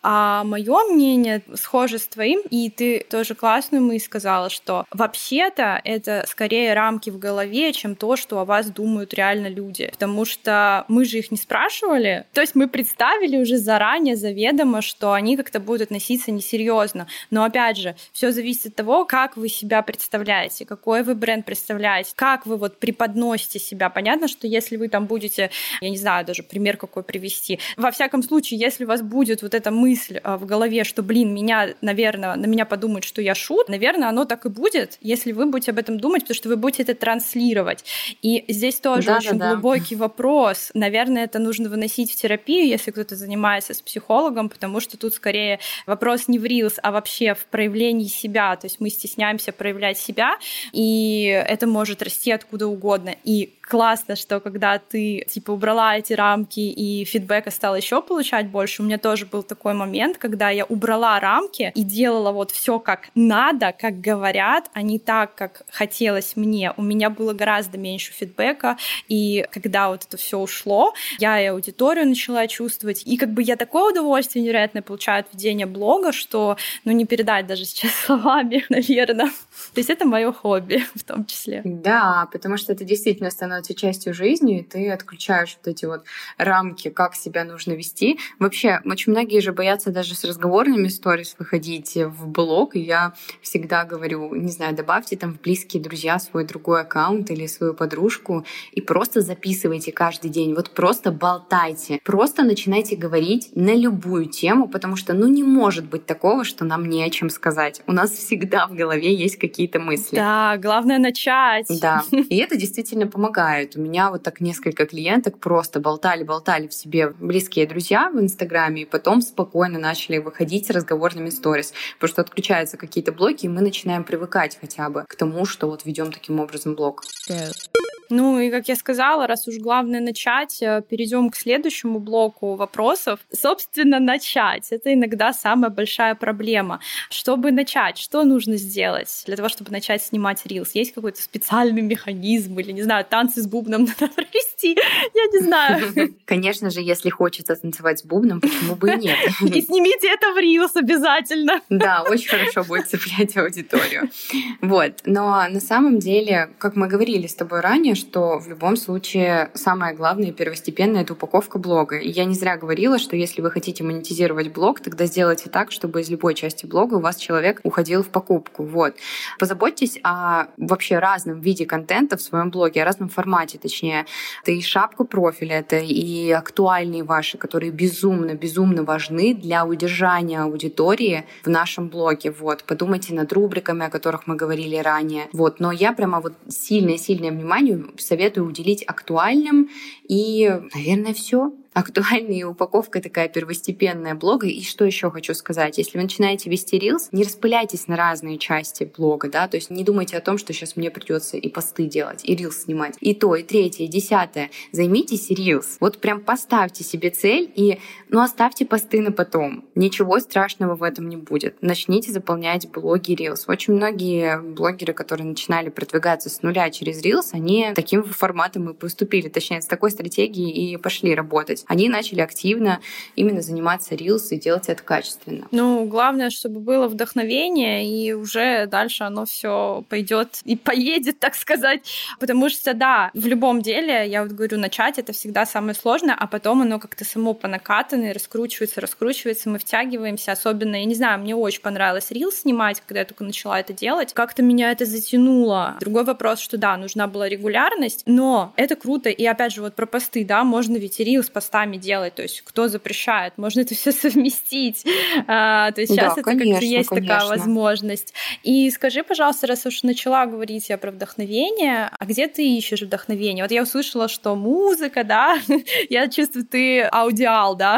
A: А мое мнение схоже с твоим, и ты тоже классную мысль сказала, что вообще-то это скорее рамки в голове, чем то, что о вас думают реально люди. Потому что мы же их не спрашивали. То есть мы представили уже заранее, заведомо, что они как-то будут относиться несерьезно. Но опять же, все зависит от того, как вы себя представляете, какой вы бренд представляете, как вы вот преподносите себя. Понятно, что если вы там будете, я не знаю даже пример какой привести. Во всяком случае, если у вас будет вот эта мысль в голове, что, наверное, на меня подумают, что я шут, наверное, оно так и будет, если вы будете об этом думать, потому что вы будете это транслировать. И здесь тоже очень глубокий вопрос. Наверное, это нужно выносить в терапию, если кто-то занимается с психологом, потому что тут скорее вопрос не в Reels, а вообще в проявлении себя. То есть мы стесняемся проявлять себя, и это может расти откуда угодно. И классно, что когда ты убрала эти рамки и фидбэка стала еще получать больше. У меня тоже был такой момент, когда я убрала рамки и делала вот все как надо, как говорят, а не так, как хотелось мне. У меня было гораздо меньше фидбэка, и когда вот это все ушло, я и аудиторию начала чувствовать, и я такое удовольствие невероятное получаю от ведения блога, что не передать даже сейчас словами, наверное. То есть это мое хобби в том числе.
B: Да, потому что это действительно становится частью жизни, и ты отключаешь вот эти вот рамки, как себя нужно вести. Вообще, очень многие же боятся даже с разговорными сторис выходить в блог, и я всегда говорю, не знаю, добавьте там в близкие друзья свой другой аккаунт или свою подружку и просто записывайте каждый день, вот просто болтайте, просто начинайте говорить на любую тему, потому что, не может быть такого, что нам не о чем сказать. У нас всегда в голове есть какие-то мысли.
A: Да, главное начать.
B: Да, и это действительно помогает. У меня вот так несколько клиенток просто болтали в себе близкие друзья в Инстаграме, и потом спокойно начали выходить с разговорными сторис, потому что отключаются какие-то блоки, и мы начинаем привыкать хотя бы к тому, что вот ведем таким образом блог.
A: И, как я сказала, раз уж главное начать, перейдем к следующему блоку вопросов. Собственно, начать. Это иногда самая большая проблема. Чтобы начать, что нужно сделать для того, чтобы начать снимать Reels? Есть какой-то специальный механизм или, не знаю, танцы с бубном надо провести? Я не знаю.
B: Конечно же, если хочется танцевать с бубном, почему бы и нет?
A: И снимите это в Reels обязательно.
B: Да, очень хорошо будет цеплять аудиторию. Вот. Но на самом деле, как мы говорили с тобой ранее, что в любом случае самое главное и первостепенное — это упаковка блога. И я не зря говорила, что если вы хотите монетизировать блог, тогда сделайте так, чтобы из любой части блога у вас человек уходил в покупку. Вот. Позаботьтесь о вообще разном виде контента в своем блоге, о разном формате, точнее. Это и шапка профиля, это и актуальные ваши, которые безумно важны для удержания аудитории в нашем блоге. Вот. Подумайте над рубриками, о которых мы говорили ранее. Вот. Но я прямо сильное внимание советую уделить актуальным, и, наверное, все. Актуальная упаковка такая первостепенная блога. И что еще хочу сказать? Если вы начинаете вести Reels, не распыляйтесь на разные части блога, да, то есть не думайте о том, что сейчас мне придется и посты делать, и Reels снимать, и то, и третье, и десятое. Займитесь Reels. Вот прям поставьте себе цель и, оставьте посты на потом. Ничего страшного в этом не будет. Начните заполнять блоги Reels. Очень многие блогеры, которые начинали продвигаться с нуля через Reels, они таким форматом и поступили, точнее, с такой стратегией и пошли работать. Они начали активно именно заниматься Reels и делать это качественно.
A: Главное, чтобы было вдохновение, и уже дальше оно все пойдет и поедет, так сказать. Потому что, да, в любом деле, я говорю, начать это всегда самое сложное, а потом оно как-то само по накатанной раскручивается, мы втягиваемся. Особенно, я не знаю, мне очень понравилось Reels снимать, когда я только начала это делать. Как-то меня это затянуло. Другой вопрос, что да, нужна была регулярность, но это круто. И опять же, про посты, да, можно ведь и Reels постами делать, то есть кто запрещает, можно это все совместить. То есть сейчас это есть такая возможность. И скажи, пожалуйста, раз уж начала говорить я про вдохновение, а где ты ищешь вдохновение? Вот я услышала, что музыка, да, я чувствую, ты аудиал, да?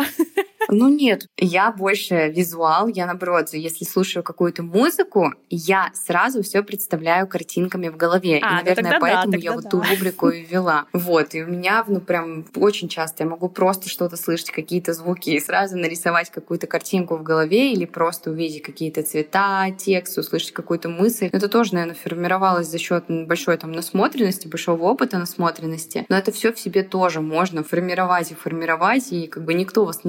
B: Нет, я больше визуал, я наоборот, если слушаю какую-то музыку, я сразу все представляю картинками в голове. И, наверное, поэтому я ту рубрику и ввела. Вот, и у меня, прям очень часто я могу просто что-то слышать, какие-то звуки, и сразу нарисовать какую-то картинку в голове или просто увидеть какие-то цвета, текст, услышать какую-то мысль. Это тоже, наверное, формировалось за счет большой насмотренности, большого опыта насмотренности. Но это все в себе тоже можно формировать, и никто вас не научит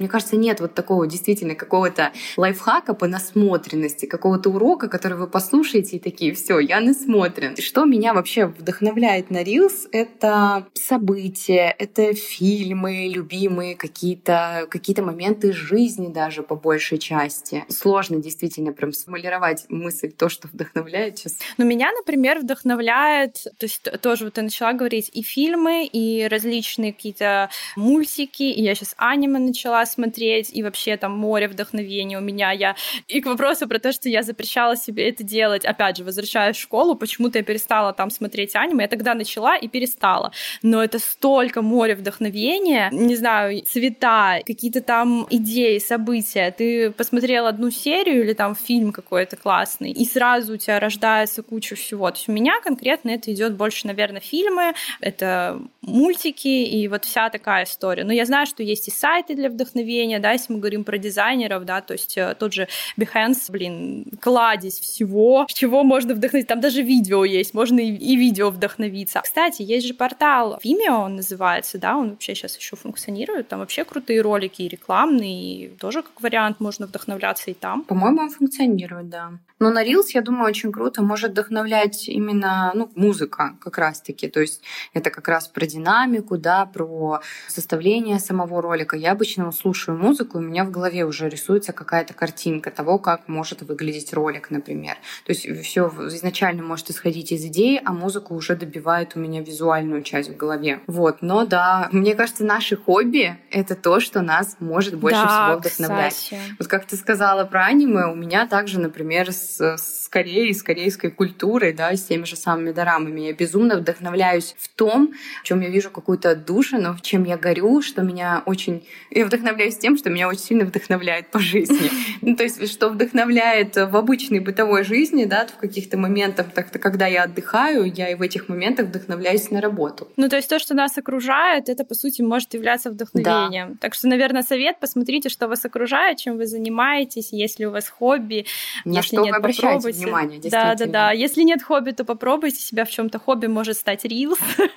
B: Мне кажется, нет вот такого действительно какого-то лайфхака по насмотренности, какого-то урока, который вы послушаете и такие, все, я насмотрен. Что меня вообще вдохновляет на Reels, это события, это фильмы любимые, какие-то моменты из жизни даже по большей части. Сложно действительно прям сформулировать мысль, то, что вдохновляет сейчас.
A: Но меня, например, вдохновляет, то есть тоже вот ты начала говорить, и фильмы, и различные какие-то мультики, и я сейчас аниме начала смотреть, и вообще там море вдохновения у меня. И к вопросу про то, что я запрещала себе это делать, опять же, возвращаясь в школу, почему-то я перестала там смотреть аниме, я тогда начала и перестала. Но это столько море вдохновения, не знаю, цвета, какие-то там идеи, события. Ты посмотрел одну серию или там фильм какой-то классный, и сразу у тебя рождается куча всего. То есть у меня конкретно это идет больше, наверное, фильмы, это мультики и вот вся такая история. Но я знаю, что есть и сайты для вдохновения, да, если мы говорим про дизайнеров, да, то есть тот же Behance, кладезь всего, с чего можно вдохновиться. Там даже видео есть, можно и видео вдохновиться. Кстати, есть же портал Vimeo, он называется, да, он вообще сейчас еще функционирует, там вообще крутые ролики и рекламные, и тоже как вариант можно вдохновляться и там.
B: По-моему, он функционирует, да. Но на Reels, я думаю, очень круто может вдохновлять именно музыка как раз-таки. То есть это как раз про динамику, да, про составление самого ролика. Я обычно слушаю музыку, и у меня в голове уже рисуется какая-то картинка того, как может выглядеть ролик, например. То есть все изначально может исходить из идеи, а музыка уже добивает у меня визуальную часть в голове. Вот. Но да, мне кажется, наши хобби — это то, что нас может больше всего вдохновлять.
A: Кстати.
B: Вот как ты сказала про аниме, у меня также, например, с Кореей, с корейской культурой, да, с теми же самыми дорамами. Я безумно вдохновляюсь в том, в чем я вижу какую-то отдушину, в чем я горю, что меня очень... Я вдохновляюсь тем, что меня очень сильно вдохновляет по жизни. То есть, что вдохновляет в обычной бытовой жизни, да, в каких-то моментах, когда я отдыхаю, я и в этих моментах вдохновляюсь на работу.
A: То есть то, что нас окружает, это, по сути, может являться вдохновением. Да. Так что, наверное, совет: посмотрите, что вас окружает, чем вы занимаетесь, если у вас хобби.
B: На что вы обращаете внимание, действительно.
A: Да. Если нет хобби, то попробуйте себя в чем-то. Хобби может стать Reels.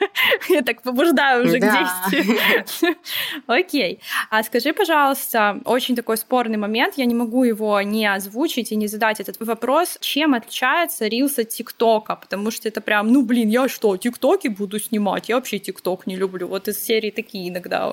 A: Я так побуждаю уже к действию. Окей. А скажи, пожалуйста, очень такой спорный момент, я не могу его не озвучить и не задать этот вопрос. Чем отличается Reels от ТикТока? Потому что это прям, я что, ТикТоки буду снимать? Я вообще ТикТок не люблю. Вот из серии такие иногда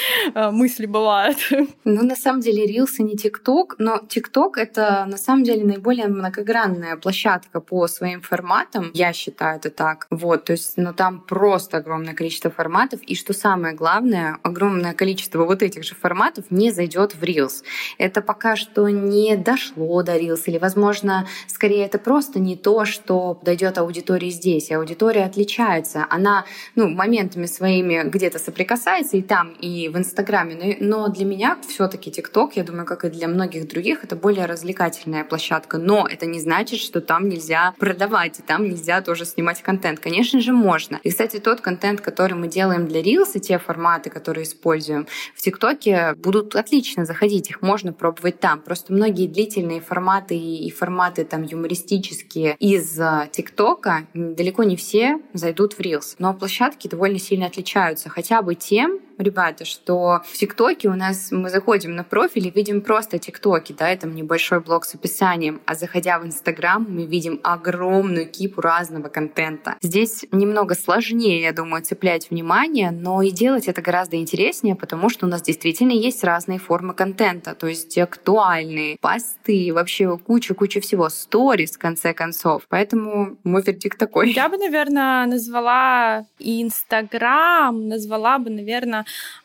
A: мысли бывают.
B: На самом деле Reels не ТикТок, но ТикТок — это на самом деле наиболее многогранная площадка по своим форматам. Я считаю это так. Вот, то есть, там просто огромное количество форматов. И что самое главное, огромное количество вот этих же форматов не зайдет в Reels. Это пока что не дошло до Reels, или, возможно, скорее это просто не то, что дойдет аудитории здесь. И аудитория отличается. Она, моментами своими где-то соприкасается и там, и в Инстаграме. Но для меня все-таки ТикТок, я думаю, как и для многих других, это более развлекательная площадка. Но это не значит, что там нельзя продавать, и там нельзя тоже снимать контент. Конечно же, можно. И, кстати, тот контент, который мы делаем для Reels, и те форматы, которые используем в ТикТоке, будут отлично заходить. Их можно пробовать там. Просто многие длительные форматы и форматы там юмористические из ТикТока далеко не все зайдут в Reels. Но площадки довольно сильно отличаются. Хотя бы тем, ребята, что в ТикТоке мы заходим на профиль и видим просто ТикТоки, да, это небольшой блок с описанием, а заходя в Инстаграм, мы видим огромную кипу разного контента. Здесь немного сложнее, я думаю, цеплять внимание, но и делать это гораздо интереснее, потому что у нас действительно есть разные формы контента, то есть актуальные, посты, вообще куча всего, сторис, в конце концов. Поэтому мой вердикт такой.
A: Я бы, наверное, назвала Инстаграм, наверное,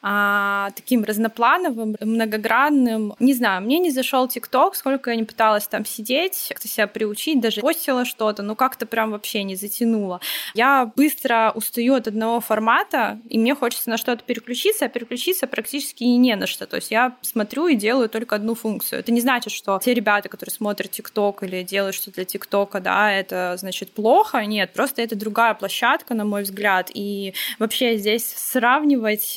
A: таким разноплановым, многогранным. Не знаю, мне не зашел ТикТок, сколько я не пыталась там сидеть, как-то себя приучить, даже постила что-то, но как-то прям вообще не затянуло. Я быстро устаю от одного формата, и мне хочется на что-то переключиться, а переключиться практически и не на что. То есть я смотрю и делаю только одну функцию. Это не значит, что те ребята, которые смотрят ТикТок или делают что-то для ТикТока, да, это значит плохо. Нет, просто это другая площадка, на мой взгляд. И вообще здесь сравнивать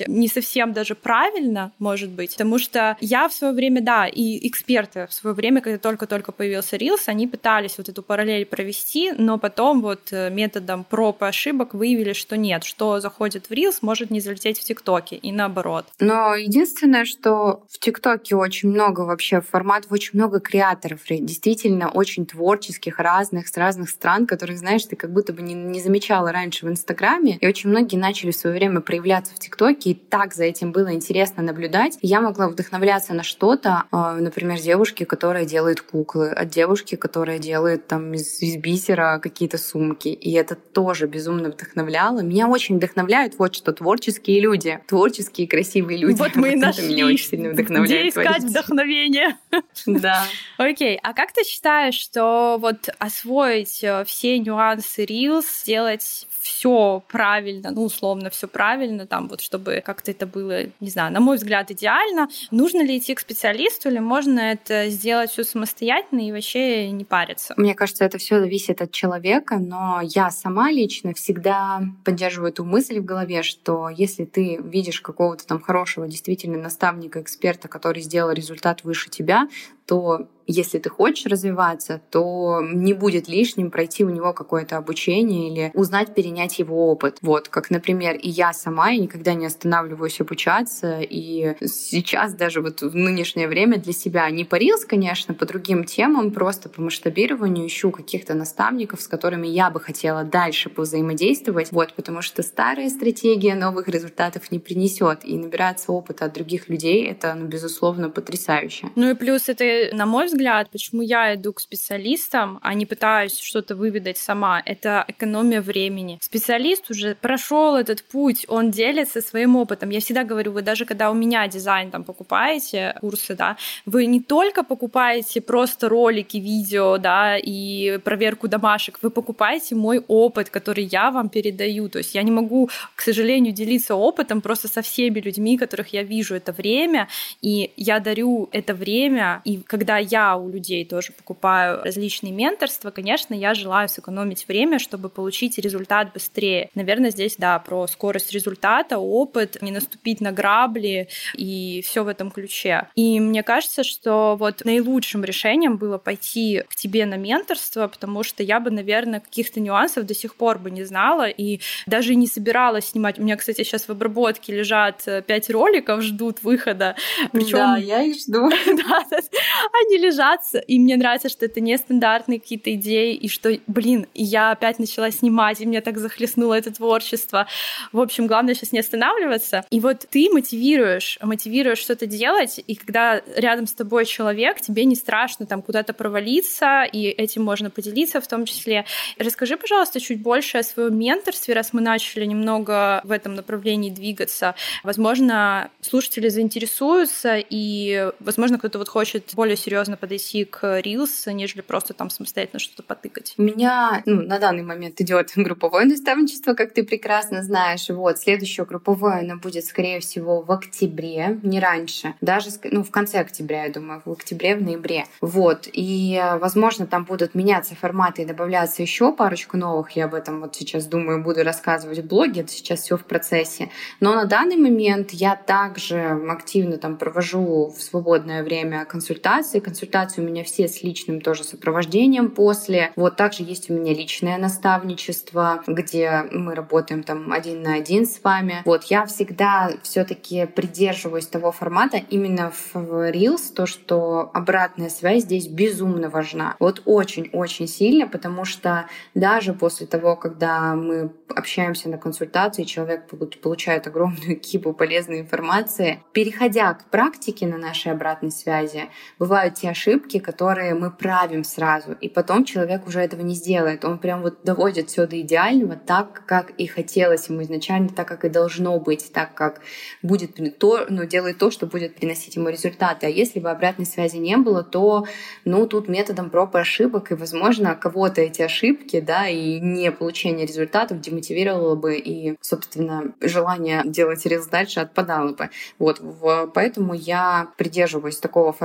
A: не совсем даже правильно, может быть, потому что я в свое время, да, и эксперты в свое время, когда только-только появился Reels, они пытались вот эту параллель провести, но потом вот методом проб и ошибок выявили, что нет, что заходит в Reels, может не залететь в ТикТоке, и наоборот.
B: Но единственное, что в ТикТоке очень много вообще форматов, очень много креаторов, действительно очень творческих, разных, с разных стран, которых, знаешь, ты как будто бы не замечала раньше в Инстаграме. И очень многие начали в свое время проявляться в ТикТоке, и так за этим было интересно наблюдать. И я могла вдохновляться на что-то, например, девушки, которая делает куклы, от девушки, которая делает там из бисера какие-то сумки. И это тоже безумно вдохновляло. Меня очень вдохновляют вот что творческие люди, творческие красивые люди.
A: Вот мы и нашли.
B: Это меня очень сильно вдохновляет.
A: Где искать вдохновение?
B: Да.
A: Окей, а как ты считаешь, что вот освоить все нюансы Reels, сделать все правильно, ну, условно, все правильно, там вот, чтобы как-то это было, не знаю, на мой взгляд, идеально. Нужно ли идти к специалисту, или можно это сделать все самостоятельно и вообще не париться?
B: Мне кажется, это все зависит от человека, но я сама лично всегда поддерживаю эту мысль в голове, что если ты видишь какого-то там хорошего действительно наставника, эксперта, который сделал результат выше тебя, то если ты хочешь развиваться, то не будет лишним пройти у него какое-то обучение или узнать, перенять его опыт. Вот, как, например, и я сама, я никогда не останавливаюсь обучаться, и сейчас даже вот в нынешнее время для себя не по Reels, конечно, по другим темам, просто по масштабированию ищу каких-то наставников, с которыми я бы хотела дальше повзаимодействовать, вот, потому что старая стратегия новых результатов не принесет, и набираться опыта от других людей — это, безусловно, потрясающе.
A: Ну и плюс это, на мой взгляд, почему я иду к специалистам, а не пытаюсь что-то выведать сама, это экономия времени. Специалист уже прошел этот путь, он делится своим опытом. Я всегда говорю, вы даже когда у меня дизайн там покупаете, курсы, да, вы не только покупаете просто ролики, видео, да, и проверку домашек, вы покупаете мой опыт, который я вам передаю. То есть я не могу, к сожалению, делиться опытом просто со всеми людьми, которых я вижу это время, и я дарю это время, и когда я у людей тоже покупаю различные менторства, конечно, я желаю сэкономить время, чтобы получить результат быстрее. Наверное, здесь, да, про скорость результата, опыт, не наступить на грабли и все в этом ключе. И мне кажется, что вот наилучшим решением было пойти к тебе на менторство, потому что я бы, наверное, каких-то нюансов до сих пор бы не знала и даже не собиралась снимать. У меня, кстати, сейчас в обработке лежат 5 роликов, ждут выхода. Причем
B: да, я их жду.
A: Они лежат, и мне нравится, что это нестандартные какие-то идеи, и что, и я опять начала снимать, и меня так захлестнуло это творчество. В общем, главное сейчас не останавливаться. И вот ты мотивируешь что-то делать, и когда рядом с тобой человек, тебе не страшно там куда-то провалиться, и этим можно поделиться в том числе. Расскажи, пожалуйста, чуть больше о своем менторстве, раз мы начали немного в этом направлении двигаться. Возможно, слушатели заинтересуются, и, возможно, кто-то вот хочет более серьезно подойти к Reels, нежели просто там самостоятельно что-то потыкать.
B: У меня на данный момент идет групповое наставничество, как ты прекрасно знаешь. Вот, следующее групповое, оно будет, скорее всего, в октябре, не раньше. Даже, в конце октября, я думаю, в октябре, в ноябре. Вот, и, возможно, там будут меняться форматы и добавляться еще парочку новых. Я об этом вот сейчас, думаю, буду рассказывать в блоге. Это сейчас все в процессе. Но на данный момент я также активно там провожу в свободное время консультации. Консультации у меня все с личным тоже сопровождением после. Вот также есть у меня личное наставничество, где мы работаем там 1 на 1 с вами. Вот я всегда все-таки придерживаюсь того формата именно в Reels, то, что обратная связь здесь безумно важна. Вот очень-очень сильно, потому что даже после того, когда мы общаемся на консультации, человек получает огромную кипу полезной информации, переходя к практике на нашей обратной связи, бывают те ошибки, которые мы правим сразу, и потом человек уже этого не сделает. Он прям вот доводит все до идеального так, как и хотелось ему изначально, так, как и должно быть, так, как будет делает то, что будет приносить ему результаты. А если бы обратной связи не было, то, тут методом проб и ошибок, и, возможно, кого-то эти ошибки, да, и не получение результатов демотивировало бы, и, собственно, желание делать рилс дальше отпадало бы. Вот, поэтому я придерживаюсь такого формата,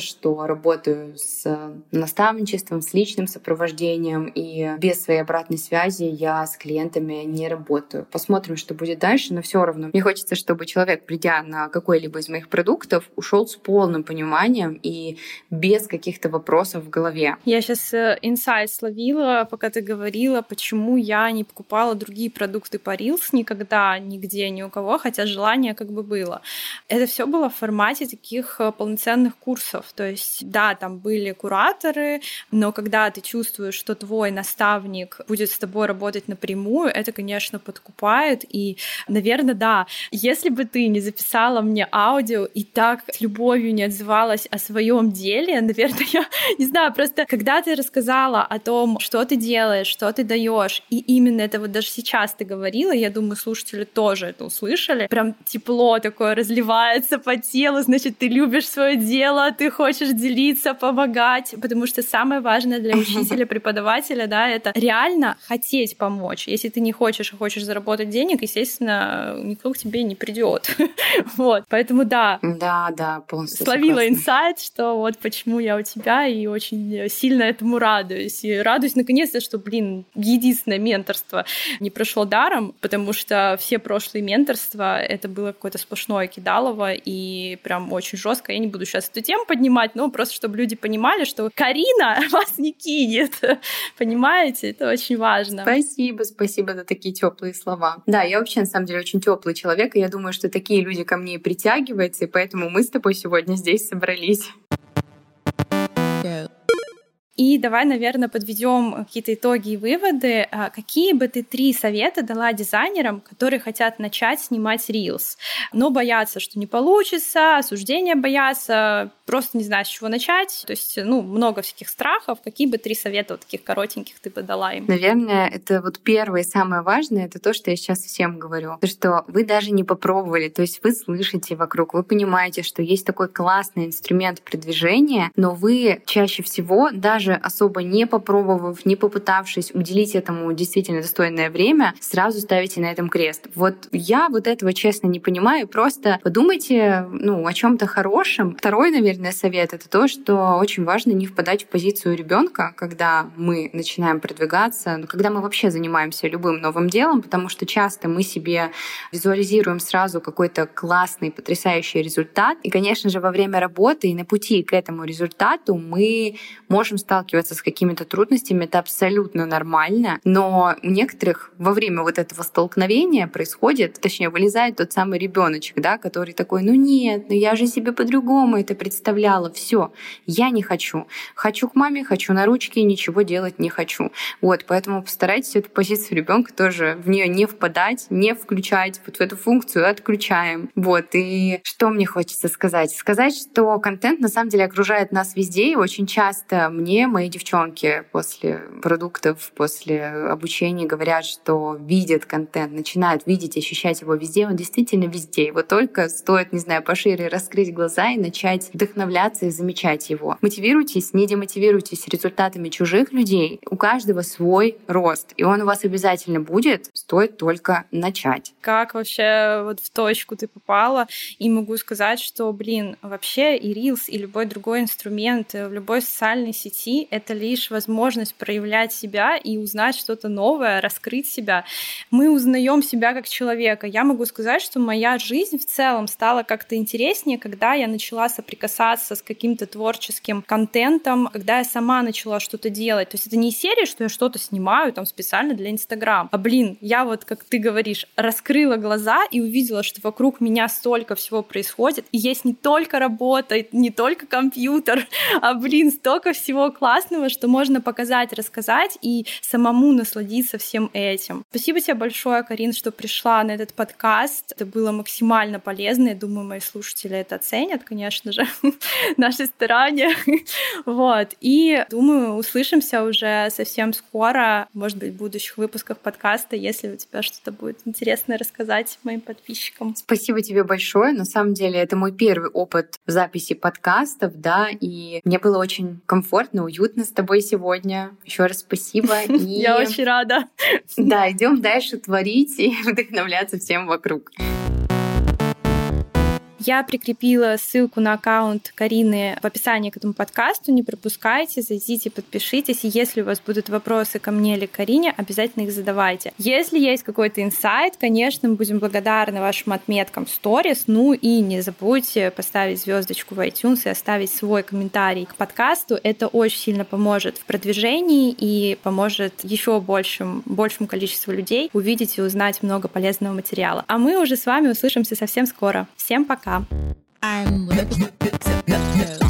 B: что работаю с наставничеством, с личным сопровождением, и без своей обратной связи я с клиентами не работаю. Посмотрим, что будет дальше, но все равно мне хочется, чтобы человек, придя на какой-либо из моих продуктов, ушел с полным пониманием и без каких-то вопросов в голове.
A: Я сейчас инсайт словила, пока ты говорила, почему я не покупала другие продукты по Reels никогда, нигде, ни у кого, хотя желание как бы было. Это все было в формате таких полноценных курсов. То есть, да, там были кураторы, но когда ты чувствуешь, что твой наставник будет с тобой работать напрямую, это, конечно, подкупает. И, наверное, да, если бы ты не записала мне аудио и так с любовью не отзывалась о своем деле, наверное, я не знаю, просто когда ты рассказала о том, что ты делаешь, что ты даешь, и именно это вот даже сейчас ты говорила, я думаю, слушатели тоже это услышали, прям тепло такое разливается по телу, значит, ты любишь свое дело, ты хочешь делиться, помогать, потому что самое важное для учителя, преподавателя, да, это реально хотеть помочь. Если ты не хочешь, а хочешь заработать денег, естественно, никто к тебе не придет. Вот, поэтому да.
B: Да, полностью
A: словила инсайт, что вот почему я у тебя, и очень сильно этому радуюсь. И радуюсь наконец-то, что, единственное менторство не прошло даром, потому что все прошлые менторства это было какое-то сплошное кидалово и прям очень жестко. Я не буду сейчас эту тему поднимать, но просто чтобы люди понимали, что Карина вас не кинет. Понимаете? Это очень важно.
B: Спасибо за такие теплые слова. Да, я вообще на самом деле очень теплый человек, и я думаю, что такие люди ко мне и притягиваются, и поэтому мы с тобой сегодня здесь собрались.
A: И давай, наверное, подведем какие-то итоги и выводы. Какие бы ты 3 совета дала дизайнерам, которые хотят начать снимать Reels, но боятся, что не получится, осуждения боятся, просто не знаю, с чего начать? То есть, много всяких страхов. Какие бы 3 совета вот таких коротеньких ты бы дала им?
B: Наверное, это вот первое и самое важное, это то, что я сейчас всем говорю. То, что вы даже не попробовали, то есть вы слышите вокруг, вы понимаете, что есть такой классный инструмент продвижения, но вы чаще всего, даже особо не попробовав, не попытавшись уделить этому действительно достойное время, сразу ставите на этом крест. Вот я вот этого честно не понимаю. Просто подумайте, о чем-то хорошем. Второй, наверное, совет — это то, что очень важно не впадать в позицию ребенка, когда мы начинаем продвигаться, когда мы вообще занимаемся любым новым делом, потому что часто мы себе визуализируем сразу какой-то классный, потрясающий результат. И, конечно же, во время работы и на пути к этому результату мы можем сталкиваться с какими-то трудностями, это абсолютно нормально, но у некоторых во время вот этого столкновения происходит, точнее, вылезает тот самый ребеночек, да, который такой: нет, я же себе по-другому это представляла, все, я не хочу. Хочу к маме, хочу на ручки, ничего делать не хочу. Вот, поэтому постарайтесь эту позицию ребенка тоже в нее не впадать, не включать вот в эту функцию, отключаем. Вот, и что мне хочется сказать? Сказать, что контент на самом деле окружает нас везде, и очень часто мне мои девчонки после продуктов, после обучения говорят, что видят контент, начинают видеть, ощущать его везде. Он действительно везде. Его только стоит, пошире раскрыть глаза и начать вдохновляться и замечать его. Мотивируйтесь, не демотивируйтесь результатами чужих людей. У каждого свой рост, и он у вас обязательно будет, стоит только начать.
A: Как вообще вот в точку ты попала? И могу сказать, что, вообще и Reels, и любой другой инструмент в любой социальной сети — это лишь возможность проявлять себя и узнать что-то новое, раскрыть себя. Мы узнаем себя как человека. Я могу сказать, что моя жизнь в целом стала как-то интереснее, когда я начала соприкасаться с каким-то творческим контентом, когда я сама начала что-то делать. То есть это не серия, что я что-то снимаю специально для Инстаграм. А я вот, как ты говоришь, раскрыла глаза и увидела, что вокруг меня столько всего происходит. И есть не только работа, не только компьютер, а, столько всего классного, что можно показать, рассказать и самому насладиться всем этим. Спасибо тебе большое, Карин, что пришла на этот подкаст. Это было максимально полезно. Я думаю, мои слушатели это оценят, конечно же, наши старания. Вот. И думаю, услышимся уже совсем скоро, может быть, в будущих выпусках подкаста, если у тебя что-то будет интересное рассказать моим подписчикам.
B: Спасибо тебе большое. На самом деле, это мой первый опыт в записи подкастов, да, и мне было очень комфортно, уютно с тобой сегодня. Еще раз спасибо.
A: Я очень рада.
B: Да, идем дальше творить и вдохновляться всем вокруг.
A: Я прикрепила ссылку на аккаунт Карины в описании к этому подкасту. Не пропускайте, зайдите, подпишитесь. И если у вас будут вопросы ко мне или Карине, обязательно их задавайте. Если есть какой-то инсайт, конечно, мы будем благодарны вашим отметкам в сторис. Ну и не забудьте поставить звездочку в iTunes и оставить свой комментарий к подкасту. Это очень сильно поможет в продвижении и поможет еще большему количеству людей увидеть и узнать много полезного материала. А мы уже с вами услышимся совсем скоро. Всем пока!